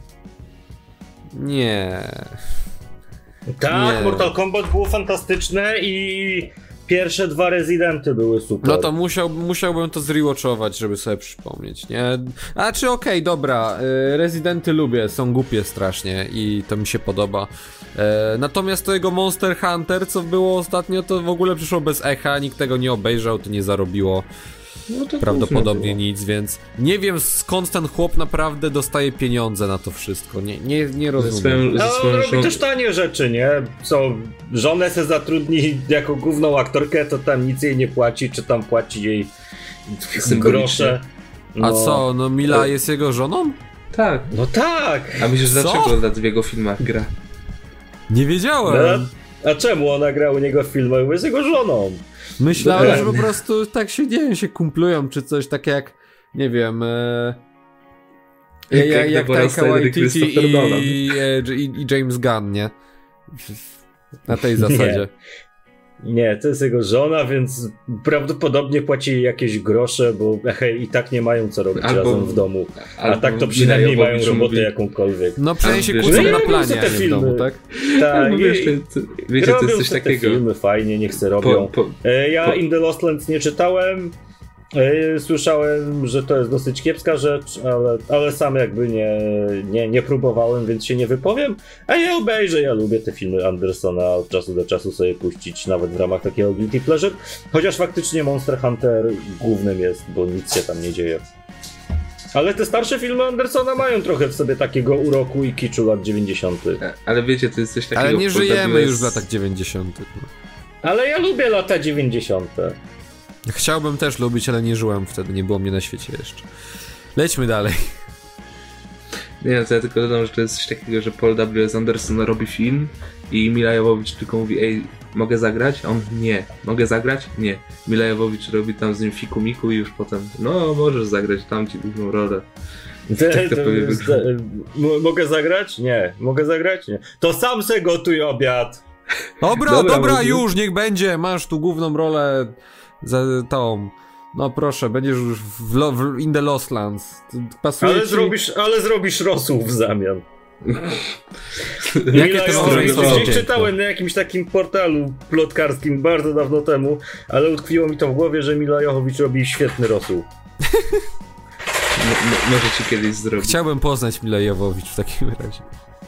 C: Nie.
B: Tak,
C: Nie.
B: Mortal Kombat było fantastyczne i pierwsze 2 Residenty były super.
C: No to musiałbym to zrewatchować, żeby sobie przypomnieć, nie? A czy okej, dobra, Residenty lubię, są głupie strasznie i to mi się podoba. Natomiast to jego Monster Hunter, co było ostatnio, to w ogóle przyszło bez echa, nikt tego nie obejrzał, to nie zarobiło prawdopodobnie nic, więc nie wiem skąd ten chłop naprawdę dostaje pieniądze na to wszystko, nie rozumiem.
B: No, robi też tanie rzeczy, nie? Co, żonę se zatrudni jako główną aktorkę, to tam nic jej nie płaci, czy tam płaci jej grosze. No.
C: A co, no Mila jest jego żoną?
A: Tak.
B: No tak!
A: A myślisz,
C: Co?
A: dlaczego w jego filmach gra?
C: Nie wiedziałem.
B: A czemu ona gra u niego w filmach? Bo jest jego żoną.
C: Myślałem, że po prostu tak się, nie wiem, się kumplują, czy coś takie jak, nie wiem, jak Taika Waititi i James Gunn, nie? Na tej zasadzie.
B: Nie, to jest jego żona, więc prawdopodobnie płaci jej jakieś grosze, bo i tak nie mają co robić razem w domu. A tak to przynajmniej mają robotę jakąkolwiek.
C: No przynajmniej się kłócą na planie, a nie w domu, tak?
B: Tak,
A: wiecie, to jest coś takiego.
B: Filmy fajnie, niech se robią. Ja In the Lost Lands nie czytałem. Słyszałem, że to jest dosyć kiepska rzecz, ale sam jakby nie próbowałem, więc się nie wypowiem. A ja obejrzę, ja lubię te filmy Andersona od czasu do czasu sobie puścić, nawet w ramach takiego guilty pleasure. Chociaż faktycznie Monster Hunter głównym jest, bo nic się tam nie dzieje. Ale te starsze filmy Andersona mają trochę w sobie takiego uroku i kiczu lat 90.
A: Ale wiecie, to jest coś takiego...
C: Ale nie żyjemy już w latach 90.
B: Ale ja lubię lata 90.
C: Chciałbym też lubić, ale nie żyłem wtedy, nie było mnie na świecie jeszcze. Lećmy dalej.
A: Nie, to ja tylko dodam, że to jest coś takiego, że Paul W.S. Anderson robi film i Mila Jovovich tylko mówi: ej, mogę zagrać? A on: nie. Mogę zagrać? Nie. Mila Jovovich robi tam z nim fiku miku i już potem: no, możesz zagrać, tam ci główną rolę.
B: Mogę zagrać? Nie. Mogę zagrać? Nie. To sam se gotuj obiad.
C: Dobra, już, niech będzie, masz tu główną rolę za tą. No proszę, będziesz już w In the Lost Lands. Pasuje
B: ale zrobisz rosół w zamian.
C: Jakie to
B: gdzieś czytałem na jakimś takim portalu plotkarskim bardzo dawno temu, ale utkwiło mi to w głowie, że Mila Jovovich robi świetny rosół.
A: Może ci kiedyś zrobić.
C: Chciałbym poznać Milę Jovovich w takim razie.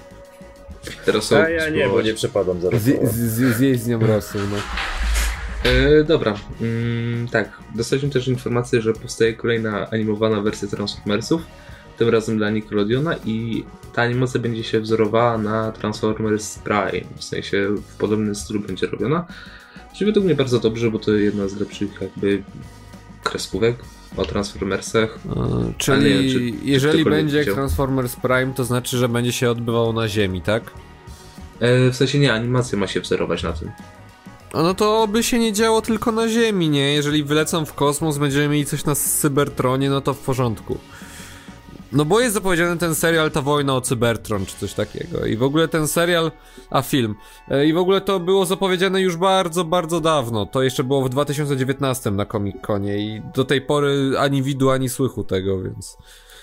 B: A ja nie, bo nie przepadam za rosołem.
C: Zjeść z nią rosół, no.
A: Dobra, tak, dostaliśmy też informację, że powstaje kolejna animowana wersja Transformersów, tym razem dla Nickelodeona, i ta animacja będzie się wzorowała na Transformers Prime, w sensie w podobnym stylu będzie robiona. Czyli według mnie bardzo dobrze, bo to jedna z lepszych jakby kreskówek o Transformersach.
C: Czyli
A: nie wiem,
C: jeżeli będzie
A: widział.
C: Transformers Prime, to znaczy, że będzie się odbywał na Ziemi, tak?
A: W sensie nie, animacja ma się wzorować na tym.
C: No to by się nie działo tylko na Ziemi, nie? Jeżeli wylecą w kosmos, będziemy mieli coś na Cybertronie, no to w porządku. No bo jest zapowiedziany ten serial, ta wojna o Cybertron, czy coś takiego. I w ogóle ten serial, film. I w ogóle to było zapowiedziane już bardzo, bardzo dawno. To jeszcze było w 2019 na Comic-Conie i do tej pory ani widu, ani słychu tego, więc...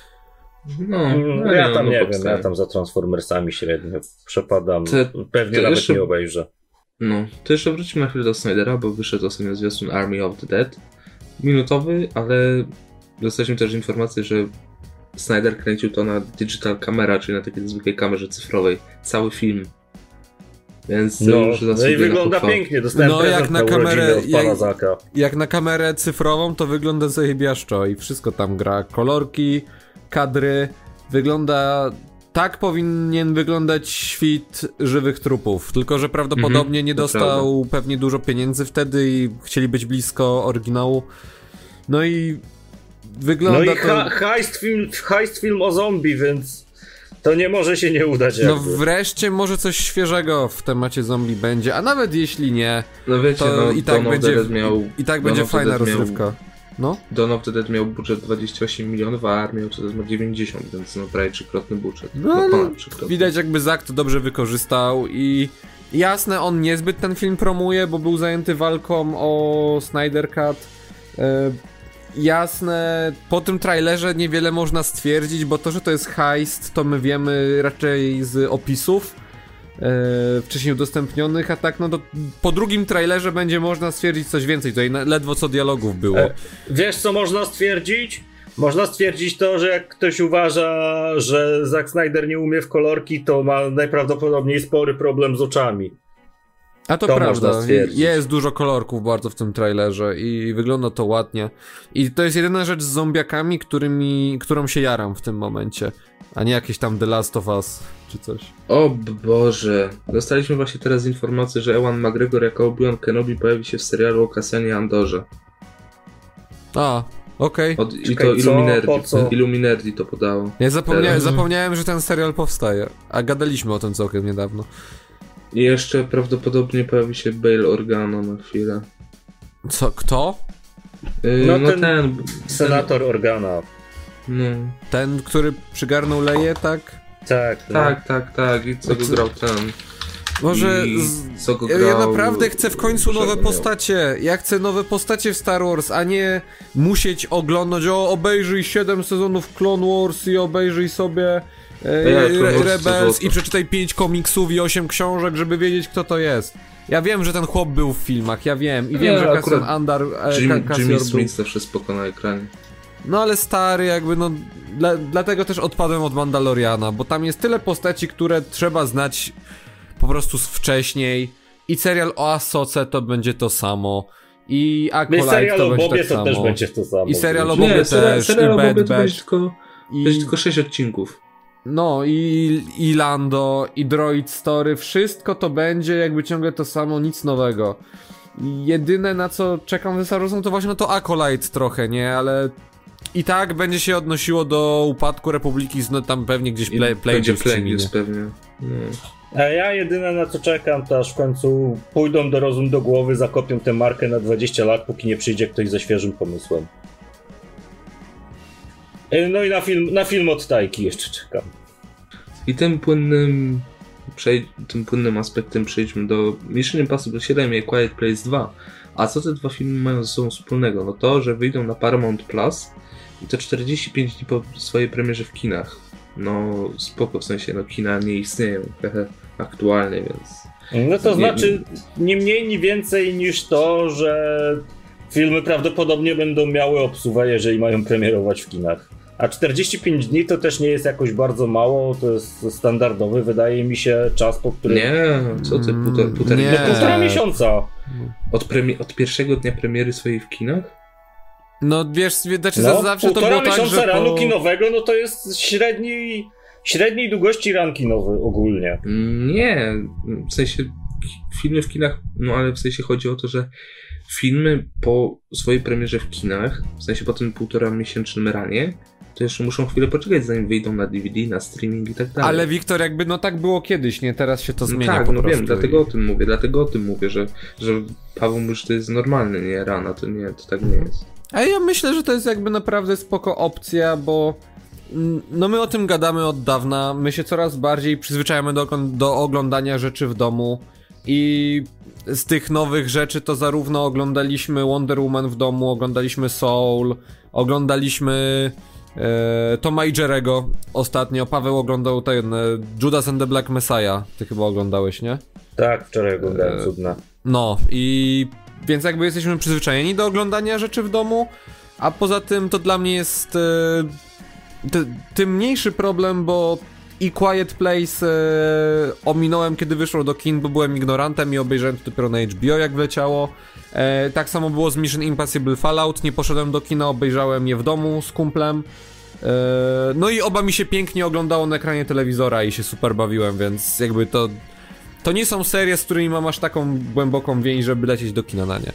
B: Ja tam nie wiem, ja tam za Transformersami średnio przepadam. Pewnie nawet nie obejrzę.
A: No, to jeszcze wrócimy na chwilę do Snydera, bo wyszedł ostatnio zwiastun Army of the Dead. Minutowy, ale dostaliśmy też informację, że Snyder kręcił to na digital camera, czyli na takiej zwykłej kamerze cyfrowej. Cały film. Więc to
B: No,
A: już
B: no
A: zasługuje
B: i wygląda
A: pochwałę.
B: pięknie, dostałem prezent
C: jak na
B: urodziny
C: kamerę,
B: od pana Zaka.
C: jak na kamerę cyfrową to wygląda zajebiaszczo i wszystko tam gra. Kolorki, kadry, wygląda... Tak powinien wyglądać świt żywych trupów, tylko że prawdopodobnie nie dostał pewnie dużo pieniędzy wtedy i chcieli być blisko oryginału. No i wygląda
B: No i
C: to...
B: heist film o zombie, więc to nie może się nie udać jakby.
C: No wreszcie może coś świeżego w temacie zombie będzie, a nawet jeśli nie,
A: No wiecie,
C: to
A: no,
C: i tak będzie
A: of the
C: fajna
A: Dead miał-
C: rozrywka. No.
A: Dawn of the Dead miał budżet 28 milionów, a Armia ma 90, więc no prawie trzykrotny budżet.
C: No,
A: ponad trzykrotny.
C: Widać jakby Zack to dobrze wykorzystał i jasne, on niezbyt ten film promuje, bo był zajęty walką o Snyder Cut. Jasne, po tym trailerze niewiele można stwierdzić, bo to, że to jest heist, to my wiemy raczej z opisów wcześniej udostępnionych, a tak no to po drugim trailerze będzie można stwierdzić coś więcej, tutaj ledwo co dialogów było.
B: Wiesz co można stwierdzić? Można stwierdzić to, że jak ktoś uważa, że Zack Snyder nie umie w kolorki, to ma najprawdopodobniej spory problem z oczami.
C: A to
B: można
C: prawda,
B: stwierdzić.
C: jest dużo kolorków bardzo w tym trailerze i wygląda to ładnie. I to jest jedyna rzecz z zombiakami, którą się jaram w tym momencie, a nie jakieś tam The Last of Us czy coś.
A: O Boże, dostaliśmy właśnie teraz informację, że Ewan McGregor jako Obi-Wan Kenobi pojawi się w serialu o Cassianie Andorze.
C: A, okej.
A: I
B: Czekaj,
A: to Illuminerdi,
B: po co?
A: Illuminerdi to podało.
C: Ja
A: Teraz.
C: zapomniałem, że ten serial powstaje, a gadaliśmy o tym całkiem niedawno.
A: I jeszcze prawdopodobnie pojawi się Bail Organa na chwilę.
C: Co, kto?
B: No ten senator Organa.
A: No.
C: Ten, który przygarnął Leję, tak?
B: Tak.
A: Tak. I co go grał ten?
C: Może
A: co go
C: ja
A: grał,
C: naprawdę chcę w końcu nowe
A: miał.
C: postacie. Ja chcę nowe postacie w Star Wars, a nie musieć oglądać, obejrzyj 7 sezonów Clone Wars i obejrzyj sobie Rebels i przeczytaj 5 komiksów i 8 książek, żeby wiedzieć, kto to jest. Ja wiem, że ten chłop był w filmach, ja wiem. I wiem, że Cassian Andor
A: Jimmy Smith zawsze spoko na ekranie.
C: No ale stary, jakby no... Dlatego też odpadłem od Mandaloriana, bo tam jest tyle postaci, które trzeba znać po prostu wcześniej. I serial o Ahsoce to będzie to samo. I Acolyte to będzie tak samo.
B: też będzie to samo.
C: I serial o Bobie też,
A: serial
C: i
A: o
C: Bad
A: Bobie to
C: Batch.
A: będzie tylko 6 odcinków.
C: No i Lando, i Droid Story, wszystko to będzie jakby ciągle to samo, nic nowego. Jedyne na co czekam ze Star Warsem to właśnie no to Acolyte trochę, nie? Ale i tak będzie się odnosiło do upadku Republiki, no tam pewnie gdzieś Plagueis
A: pewnie. No.
B: A ja jedyne na co czekam, to aż w końcu pójdą do rozum do głowy, zakopią tę markę na 20 lat, póki nie przyjdzie ktoś ze świeżym pomysłem. No i na film od Tajki jeszcze czekam.
A: I tym płynnym aspektem przejdźmy do Mission Impossible 7 i Quiet Place 2. A co te dwa filmy mają ze sobą wspólnego? No to, że wyjdą na Paramount Plus i to 45 dni po swojej premierze w kinach. No spoko, w sensie no kina nie istnieją aktualnie, więc...
B: No to znaczy nie mniej, ni więcej niż to, że filmy prawdopodobnie będą miały obsuwę, jeżeli mają premierować w kinach. A 45 dni to też nie jest jakoś bardzo mało, to jest standardowy, wydaje mi się, czas, po którym...
A: Nie, co ty, półtorej...
C: nie.
B: No półtora miesiąca.
A: Od pierwszego dnia premiery swojej w kinach?
C: No wiesz, znaczy
B: No,
C: zawsze to
B: półtora
C: było tak,
B: miesiąca
C: że
B: ranu kinowego, no to jest średniej długości ran kinowy ogólnie.
A: Nie, w sensie filmy w kinach, no ale w sensie chodzi o to, że filmy po swojej premierze w kinach, w sensie po tym półtora miesięcznym ranie, to jeszcze muszą chwilę poczekać, zanim wyjdą na DVD, na streaming i tak dalej.
C: Ale Wiktor, jakby no tak było kiedyś, nie? Teraz się to zmienia
A: tak,
C: po
A: no
C: prostu.
A: wiem, dlatego o tym mówię, że Paweł mówi, że to jest normalne, nie rana, to nie, to tak nie jest.
C: A ja myślę, że to jest jakby naprawdę spoko opcja, bo no my o tym gadamy od dawna, my się coraz bardziej przyzwyczajamy do oglądania rzeczy w domu i z tych nowych rzeczy to zarówno oglądaliśmy Wonder Woman w domu, oglądaliśmy Soul, oglądaliśmy Toma i Jerry'ego ostatnio, Paweł oglądał ten Judas and the Black Messiah, ty chyba oglądałeś, nie?
B: Tak, wczoraj oglądałem cudna.
C: No i więc jakby jesteśmy przyzwyczajeni do oglądania rzeczy w domu, a poza tym to dla mnie jest tym mniejszy problem, bo i Quiet Place ominąłem, kiedy wyszło do kin, bo byłem ignorantem i obejrzałem to dopiero na HBO, jak wleciało. Tak samo było z Mission Impossible Fallout, nie poszedłem do kina, obejrzałem je w domu z kumplem. No i oba mi się pięknie oglądało na ekranie telewizora i się super bawiłem, więc jakby to nie są serie, z którymi mam aż taką głęboką więź, żeby lecieć do kina na nie.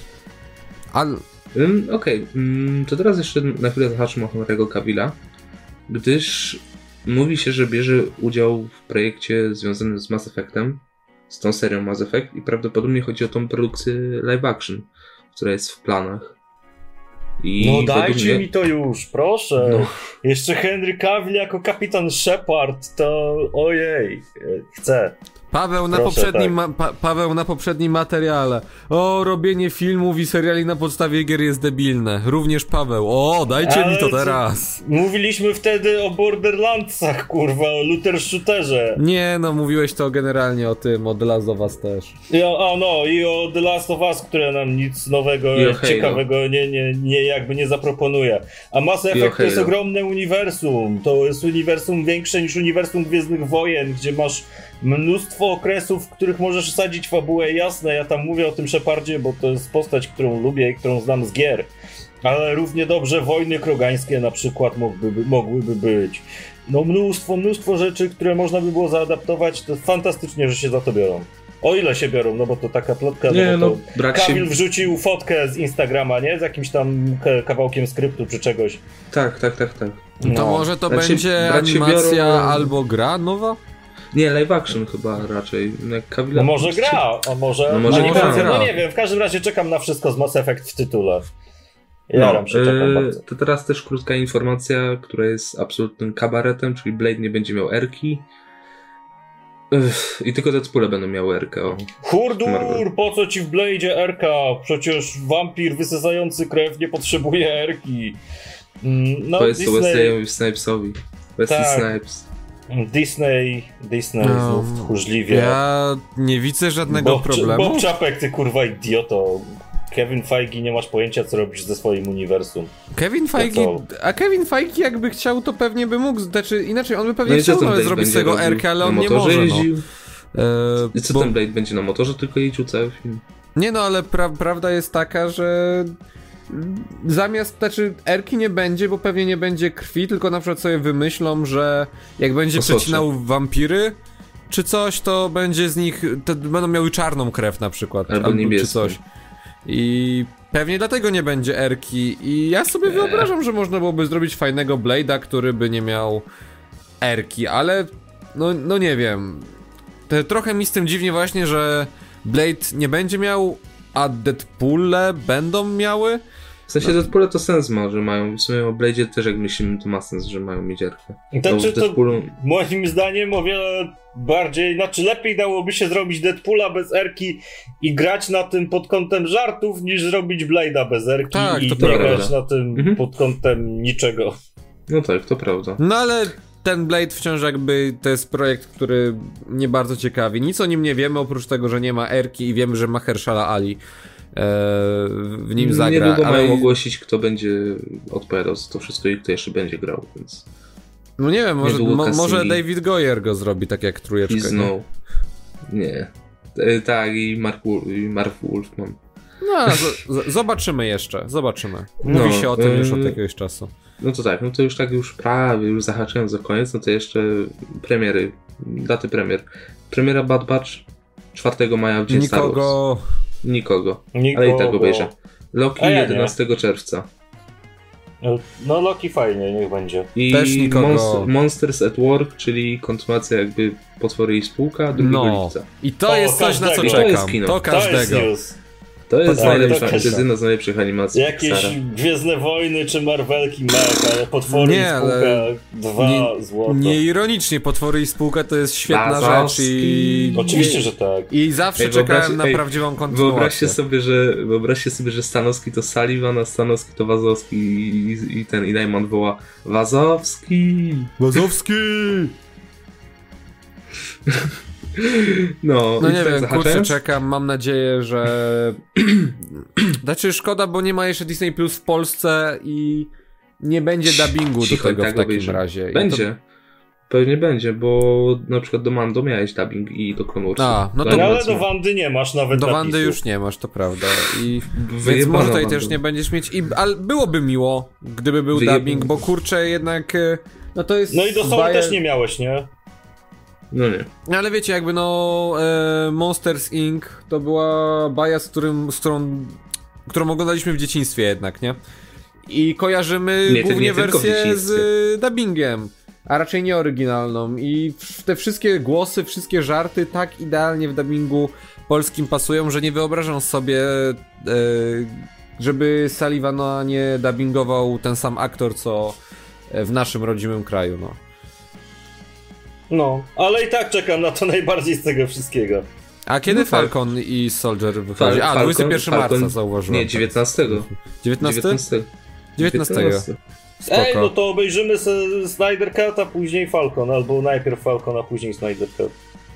A: Okej, to teraz jeszcze na chwilę zahaczmy o Henry'ego Cavilla, gdyż mówi się, że bierze udział w projekcie związanym z Mass Effectem, z tą serią Mass Effect i prawdopodobnie chodzi o tą produkcję live action, która jest w planach. I
B: no dajcie
A: mnie...
B: mi to już, proszę.
A: No.
B: Jeszcze Henry Cavill jako kapitan Shepard, to ojej, chcę.
C: Paweł na,
B: Proszę,
C: poprzednim
B: tak.
C: Paweł na poprzednim materiale. O, robienie filmów i seriali na podstawie gier jest debilne. Również Paweł. O, dajcie mi to teraz.
B: Mówiliśmy wtedy o Borderlandsach, kurwa, o looter shooterze.
C: Nie, no mówiłeś to generalnie o tym, o The Last of Us też.
B: I o The Last of Us, które nam nic nowego, ciekawego jakby nie zaproponuje. A Mass Effect to jest ogromne uniwersum. To jest uniwersum większe niż uniwersum Gwiezdnych Wojen, gdzie masz mnóstwo okresów, w których możesz sadzić fabułę. Jasne, ja tam mówię o tym Shepardzie, bo to jest postać, którą lubię i którą znam z gier. Ale równie dobrze Wojny Krogańskie na przykład mogłyby być. No mnóstwo rzeczy, które można by było zaadaptować. To fantastycznie, że się za to biorą. O ile się biorą, no bo to taka plotka, Cavill wrzucił fotkę z Instagrama, nie? Z jakimś tam kawałkiem skryptu czy czegoś.
A: Tak.
C: No. To może to będzie animacja biorą... albo gra nowa?
A: Nie, live action chyba raczej.
B: No może gra, a może animacja, no nie wiem, w każdym razie czekam na wszystko z Mass Effect w tytule. Czekam bardzo.
A: To teraz też krótka informacja, która jest absolutnym kabaretem, czyli Blade nie będzie miał erki. I tylko Deadpoole będą miały erkę.
B: Hurdur, po co ci w Blade'zie erka? Przecież wampir wysysający krew nie potrzebuje erki.
A: No, to jest to Wesley'owi Snipesowi. Wesley Snipes.
B: Disney znów tchórzliwie.
C: Ja nie widzę żadnego problemu.
B: Bob Czapek, ty kurwa idioto. Kevin Feige, nie masz pojęcia, co robisz ze swoim uniwersum.
C: Kevin Feige jakby chciał, to pewnie by mógł, znaczy inaczej, on by pewnie chciał nawet zrobić z tego R-kę, ale on nie może.
A: I co ten Blade będzie na motorze tylko jeździł cały film?
C: Nie no, ale prawda jest taka, że R-ki nie będzie, bo pewnie nie będzie krwi, tylko na przykład sobie wymyślą, że jak będzie przecinał wampiry czy coś, to będzie z nich, to będą miały czarną krew na przykład.
A: Albo niebieską.
C: Czy coś. I pewnie dlatego nie będzie R-ki. I ja sobie wyobrażam, że można byłoby zrobić fajnego Blade'a, który by nie miał R-ki, ale no nie wiem. Trochę mi z tym dziwnie właśnie, że Blade nie będzie miał, a Deadpoole będą miały.
A: W sensie Deadpoole to sens ma, że mają. W sumie o Blade'zie też jak myślimy, to ma sens, że mają mieć R-kę.
B: Moim zdaniem o wiele bardziej, lepiej dałoby się zrobić Deadpoola bez R-ki i grać na tym pod kątem żartów, niż zrobić Blade'a bez R-ki i nie grać na tym pod kątem niczego.
A: No tak, to prawda.
C: No ale ten Blade wciąż jakby to jest projekt, który mnie bardzo ciekawi. Nic o nim nie wiemy, oprócz tego, że nie ma R-ki i wiemy, że Mahershala Ali w nim zagra.
A: Niedługo mają ogłosić, kto będzie odpowiadał za to wszystko i kto jeszcze będzie grał, więc...
C: No nie wiem, może David Goyer go zrobi, tak jak Trójeczka.
A: Nie. Tak, i Mark Wolfman.
C: No, zobaczymy jeszcze, Mówi się o tym już od jakiegoś czasu.
A: No to tak, to już prawie, już zahaczając za koniec, no to jeszcze premiery, daty premier. Premiera Bad Batch 4 maja w dzień Star Wars. Nikogo. Ale i tak obejrzę. Loki 11 czerwca.
B: No Loki fajnie, niech będzie.
A: I
C: też nikogo.
A: Monsters at Work, czyli kontynuacja jakby Potwory i Spółka 2 lipca.
C: I to jest coś, na co czekam. To każdego.
A: To jest jedna z najlepszych animacji.
B: Jakieś Gwiezdne Wojny czy Marvelki ale Potwory i Spółka 2 zł.
C: Nie ironicznie, Potwory i Spółka to jest świetna rzecz i...
B: Oczywiście, że tak.
C: I zawsze czekałem na prawdziwą kontynuację.
A: Wyobraźcie sobie, że Stanowski to Sullivan, a Stanowski to Wazowski i Najman woła Wazowski! No
C: nie wiem, kurczę, czekam, mam nadzieję, że... Znaczy szkoda, bo nie ma jeszcze Disney Plus w Polsce i nie będzie dubbingu do tego w takim razie.
A: Będzie. Pewnie będzie, bo na przykład do Mando miałeś dubbing i do Clone Wars'u.
C: No to
B: ale do Wandy nie masz nawet
C: do
B: napisów.
C: Wandy już nie masz, to prawda. Więc
A: Wyjebana
C: może tutaj
A: Wanda.
C: też nie będziesz mieć. Ale byłoby miło, gdyby był dubbing, bo kurczę jednak. No to jest.
B: No i do Solo też nie miałeś, nie?
A: No nie.
C: Ale wiecie, jakby Monsters Inc. to była baja, którą oglądaliśmy w dzieciństwie jednak, nie? I kojarzymy
A: Nie,
C: głównie
A: nie tylko w
C: wersję
A: dzieciństwie.
C: z dubbingiem, a raczej nie oryginalną. I te wszystkie głosy, wszystkie żarty tak idealnie w dubbingu polskim pasują, że nie wyobrażam sobie, żeby Sullivana nie dubbingował ten sam aktor, co w naszym rodzimym kraju, no.
B: No, ale i tak czekam na to najbardziej z tego wszystkiego.
C: A kiedy
A: No tak.
C: Falcon i Soldier wychodzi? A, 21 marca zauważyłem.
A: Nie, 19.
C: 19? 19. Spoko.
B: Ej, no to obejrzymy Snyder Cut, a później Falcon, albo najpierw Falcon, a później Snyder Cut.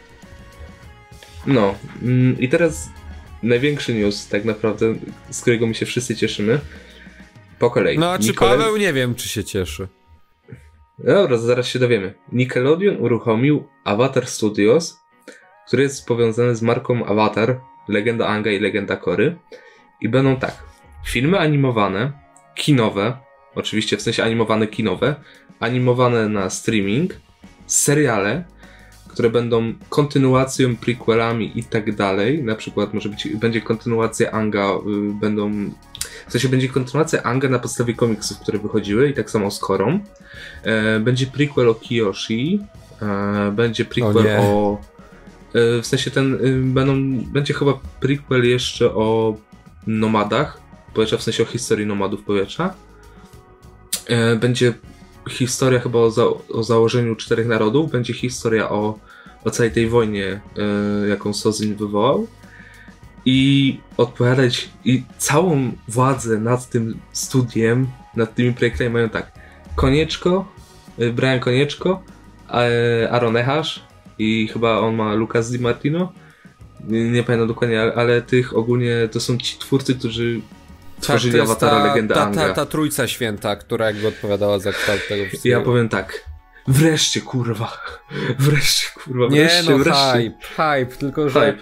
A: No, i teraz największy news tak naprawdę, z którego my się wszyscy cieszymy. Po kolei.
C: No a czy Paweł nie wiem, czy się cieszy.
A: Dobra, zaraz się dowiemy. Nickelodeon uruchomił Avatar Studios, który jest powiązany z marką Avatar, Legenda Aanga i Legenda Korry. I będą tak, filmy animowane, kinowe, oczywiście w sensie animowane kinowe, animowane na streaming, seriale, które będą kontynuacją, prequelami i tak dalej. Na przykład będzie kontynuacja Aanga, będzie kontynuacja Aanga na podstawie komiksów, które wychodziły i tak samo z Korą. Będzie prequel o Kiyoshi, będzie prequel w sensie będzie chyba prequel jeszcze o nomadach powietrza, w sensie o historii nomadów powietrza. Będzie historia chyba o założeniu 4 narodów, będzie historia o całej tej wojnie, jaką Sozin wywołał. I odpowiadać, i całą władzę nad tym studiem, nad tymi projektami mają tak: Brian Konieczko, Aaron Ehasz i chyba on ma Lucas Di Martino. Nie pamiętam dokładnie, ale tych ogólnie to są ci twórcy, którzy tworzyli Awatara Legenda Aanga.
C: Ta trójca święta, która jakby odpowiadała za kształt tego wszystkiego.
A: Ja powiem tak. Wreszcie kurwa.
C: Nie
A: wreszcie.
C: Hype, tylko że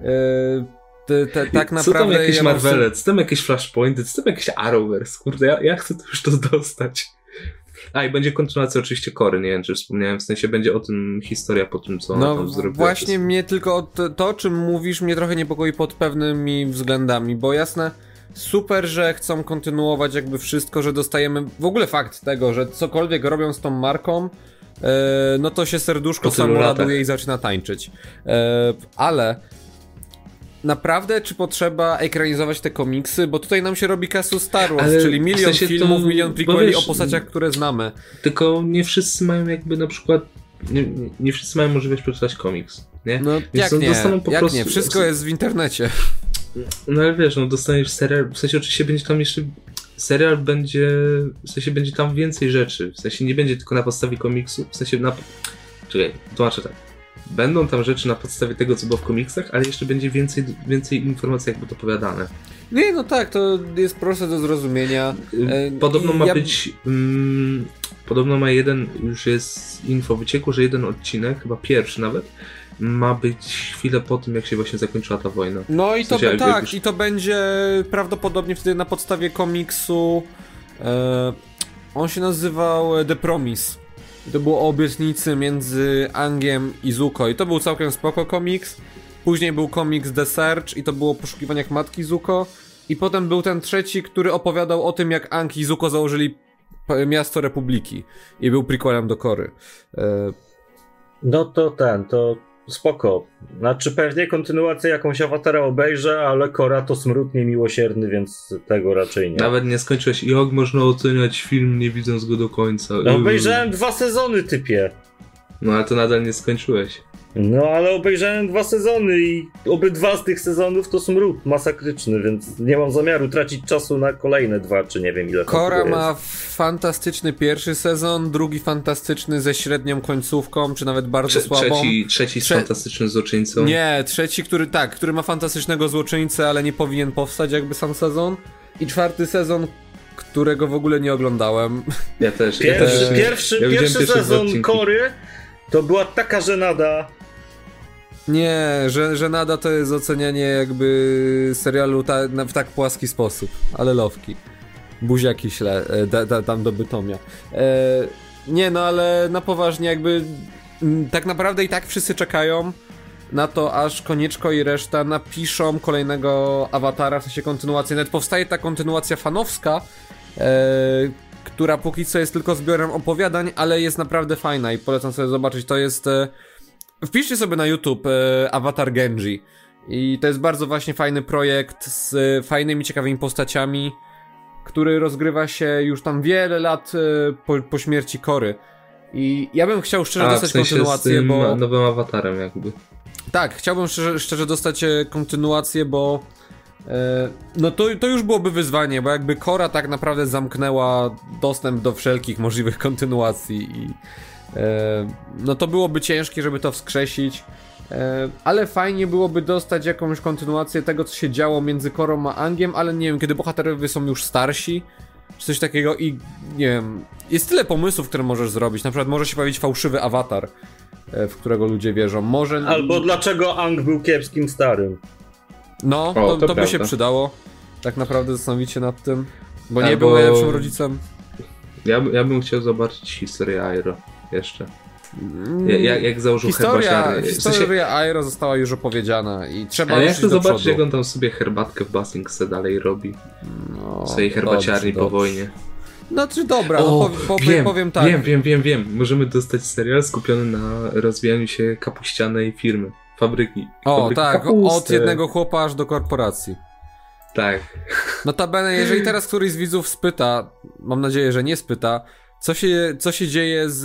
C: tak naprawdę...
A: Co tam jakieś Marvele, co tam jakieś Flashpointy, co tam jakieś Arrowverse, kurde, ja chcę to już dostać. I będzie kontynuacja oczywiście Korry, nie wiem czy wspomniałem, w sensie będzie o tym historia po tym, co ona tam zrobiła.
C: Właśnie mnie tylko to, o czym mówisz, mnie trochę niepokoi pod pewnymi względami, bo jasne, super, że chcą kontynuować jakby wszystko, że dostajemy, w ogóle fakt tego, że cokolwiek robią z tą marką, no to się serduszko samo raduje i zaczyna tańczyć. Ale naprawdę, czy potrzeba ekranizować te komiksy? Bo tutaj nam się robi kasus Star Wars, czyli milion filmów, milion prequeli o postaciach, które znamy.
A: Tylko nie wszyscy mają jakby na przykład, nie wszyscy mają możliwość przeczytać komiks, nie?
C: No
A: więc
C: jak nie? Wszystko jest w internecie.
A: No ale wiesz, no dostaniesz serial, w sensie oczywiście będzie tam jeszcze, serial będzie, w sensie będzie tam więcej rzeczy, w sensie nie będzie tylko na podstawie komiksu, w sensie czekaj, tłumaczę tak. Będą tam rzeczy na podstawie tego, co było w komiksach, ale jeszcze będzie więcej informacji jakby to opowiadane.
C: Nie, no tak, to jest proste do zrozumienia.
A: Podobno ma być, podobno ma już jest info wyciekło, że jeden odcinek, chyba pierwszy nawet, ma być chwilę po tym, jak się właśnie zakończyła ta wojna.
C: No i to tak, i to będzie prawdopodobnie wtedy na podstawie komiksu, on się nazywał The Promise. To było o obietnicy między Aangiem i Zuko i to był całkiem spoko komiks. Później był komiks The Search i to było o poszukiwaniach matki Zuko. I potem był ten trzeci, który opowiadał o tym, jak Aang i Zuko założyli miasto Republiki. I był prequelem do Korry.
B: No to spoko. Znaczy pewnie kontynuację jakąś Awatara obejrzę, ale Korra to smród niemiłosierny, więc tego raczej nie.
A: Nawet nie skończyłeś. Jak można oceniać film, nie widząc go do końca?
B: No obejrzałem 2 sezony, typie.
A: No ale to nadal nie skończyłeś.
B: No ale obejrzałem 2 sezony i obydwa z tych sezonów to smród masakryczny, więc nie mam zamiaru tracić czasu na kolejne 2, czy nie wiem ile.
C: Korra ma fantastyczny pierwszy sezon, drugi fantastyczny ze średnią końcówką, czy nawet bardzo słabą.
A: Trzeci z fantastycznym złoczyńcą.
C: Nie, trzeci, który ma fantastycznego złoczyńcę, ale nie powinien powstać jakby sam sezon. I 4. sezon, którego w ogóle nie oglądałem.
A: Ja też.
B: Pierwszy sezon Korry To była taka żenada.
C: Nie, że nada to jest ocenianie jakby serialu w tak płaski sposób, ale lowki. Buziaki śle, tam do Bytomia. Nie, no ale na poważnie jakby tak naprawdę i tak wszyscy czekają na to, aż Konieczko i reszta napiszą kolejnego Awatara, w sensie kontynuację. Nawet powstaje ta kontynuacja fanowska, która póki co jest tylko zbiorem opowiadań, ale jest naprawdę fajna i polecam sobie zobaczyć. To jest... Wpiszcie sobie na YouTube Avatar Genji i to jest bardzo właśnie fajny projekt z fajnymi, ciekawymi postaciami, który rozgrywa się już tam wiele lat po śmierci Kory. I ja bym chciał szczerze dostać
A: w sensie
C: kontynuację,
A: z tym
C: bo...
A: nowym awatarem jakby.
C: Tak, chciałbym szczerze dostać kontynuację, bo no to już byłoby wyzwanie, bo jakby Kora tak naprawdę zamknęła dostęp do wszelkich możliwych kontynuacji i no to byłoby ciężkie, żeby to wskrzesić, ale fajnie byłoby dostać jakąś kontynuację tego, co się działo między Korą a Angiem, ale nie wiem, kiedy bohaterowie są już starsi, czy coś takiego i nie wiem, jest tyle pomysłów, które możesz zrobić, na przykład może się pojawić fałszywy awatar, w którego ludzie wierzą, może...
B: Albo dlaczego Ang był kiepskim starym.
C: No, to by się przydało, tak naprawdę zastanowić się nad tym, bo nie
A: Albo...
C: był najlepszym rodzicem.
A: Ja bym chciał zobaczyć historię Airo jeszcze. Jak założył herbaciarnię.
C: Historia Airo została już opowiedziana i trzeba...
A: Ale ja chcę zobaczyć, jak on tam sobie herbatkę w Basingse dalej robi.
C: No,
A: w swojej herbaciarni po wojnie.
C: Znaczy dobra, powiem tak.
A: Wiem. Możemy dostać serial skupiony na rozwijaniu się kapuścianej firmy. Fabryki
C: tak,
A: kapusty.
C: od jednego chłopa aż do korporacji.
A: Tak.
C: Notabene, jeżeli teraz któryś z widzów spyta, mam nadzieję, że nie spyta, co się dzieje z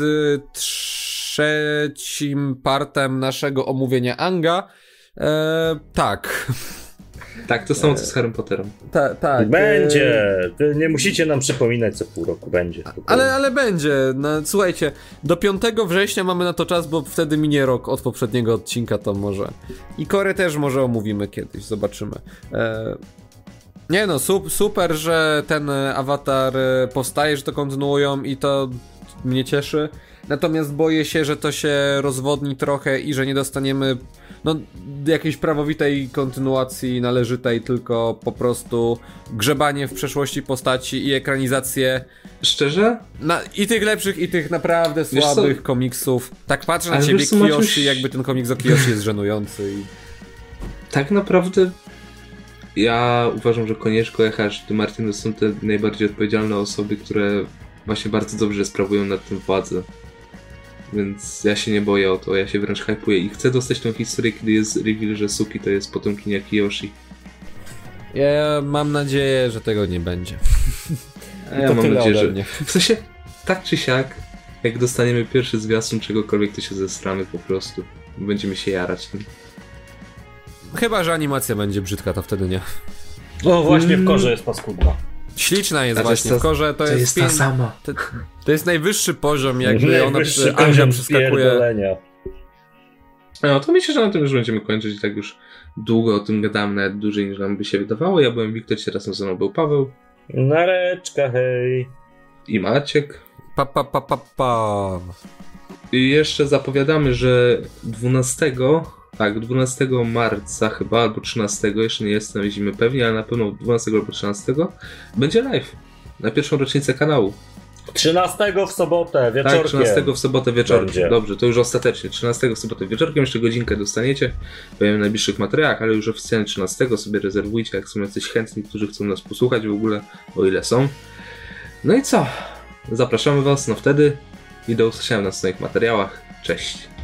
C: trzecim partem naszego omówienia Anga, tak.
A: Tak, to samo co z Harrym Potterem.
C: Tak.
B: Będzie! Nie musicie nam przypominać co pół roku, będzie.
C: Ale będzie. No, słuchajcie, do 5 września mamy na to czas, bo wtedy minie rok od poprzedniego odcinka, to może. I Korę też może omówimy kiedyś, zobaczymy. Nie no, super, że ten awatar powstaje, że to kontynuują i to mnie cieszy. Natomiast boję się, że to się rozwodni trochę i że nie dostaniemy jakiejś prawowitej kontynuacji należytej, tylko po prostu grzebanie w przeszłości postaci i ekranizację.
A: Szczerze?
C: I tych lepszych, i tych naprawdę słabych komiksów. Tak patrzę na ciebie, Kiyoshi, jakby ten komiks o Kiyoshi jest żenujący.
A: Tak naprawdę ja uważam, że Konieczko, Echasz i Martinus są te najbardziej odpowiedzialne osoby, które właśnie bardzo dobrze sprawują nad tym władzę. Więc ja się nie boję o to, ja się wręcz hypuję i chcę dostać tą historię, kiedy jest reveal, że Suki to jest potomkinia Kiyoshi.
C: Ja mam nadzieję, że tego nie będzie.
A: A ja mam nadzieję, że... W sensie, tak czy siak, jak dostaniemy pierwszy zwiastun czegokolwiek, to się zestramy po prostu. Będziemy się jarać tym.
C: Chyba że animacja będzie brzydka, to wtedy nie.
B: O, właśnie w Korze jest paskudna.
C: Śliczna jest właśnie, w Korze to jest
A: ta sama.
C: To jest najwyższy poziom, jakby ona Anglia przeskakuje.
A: No to myślę, że na tym już będziemy kończyć. Tak już długo o tym gadałem, nawet dłużej niż nam by się wydawało. Ja byłem Wiktor, teraz ze mną był Paweł.
B: Nareczka, hej.
A: I Maciek.
C: Pa.
A: I jeszcze zapowiadamy, że 12 marca chyba, albo 13, jeszcze nie jesteśmy pewni, ale na pewno 12 albo 13 będzie live na pierwszą rocznicę kanału.
B: 13 w sobotę wieczorkiem.
A: Tak, 13 w sobotę wieczorkiem.
B: Będzie.
A: Dobrze, to już ostatecznie. 13 w sobotę wieczorkiem, jeszcze godzinkę dostaniecie. Powiem w najbliższych materiałach, ale już oficjalnie 13 sobie rezerwujcie, jak są jacyś chętni, którzy chcą nas posłuchać w ogóle, o ile są. No i co? Zapraszamy was, wtedy i do usłyszenia w następnych materiałach. Cześć!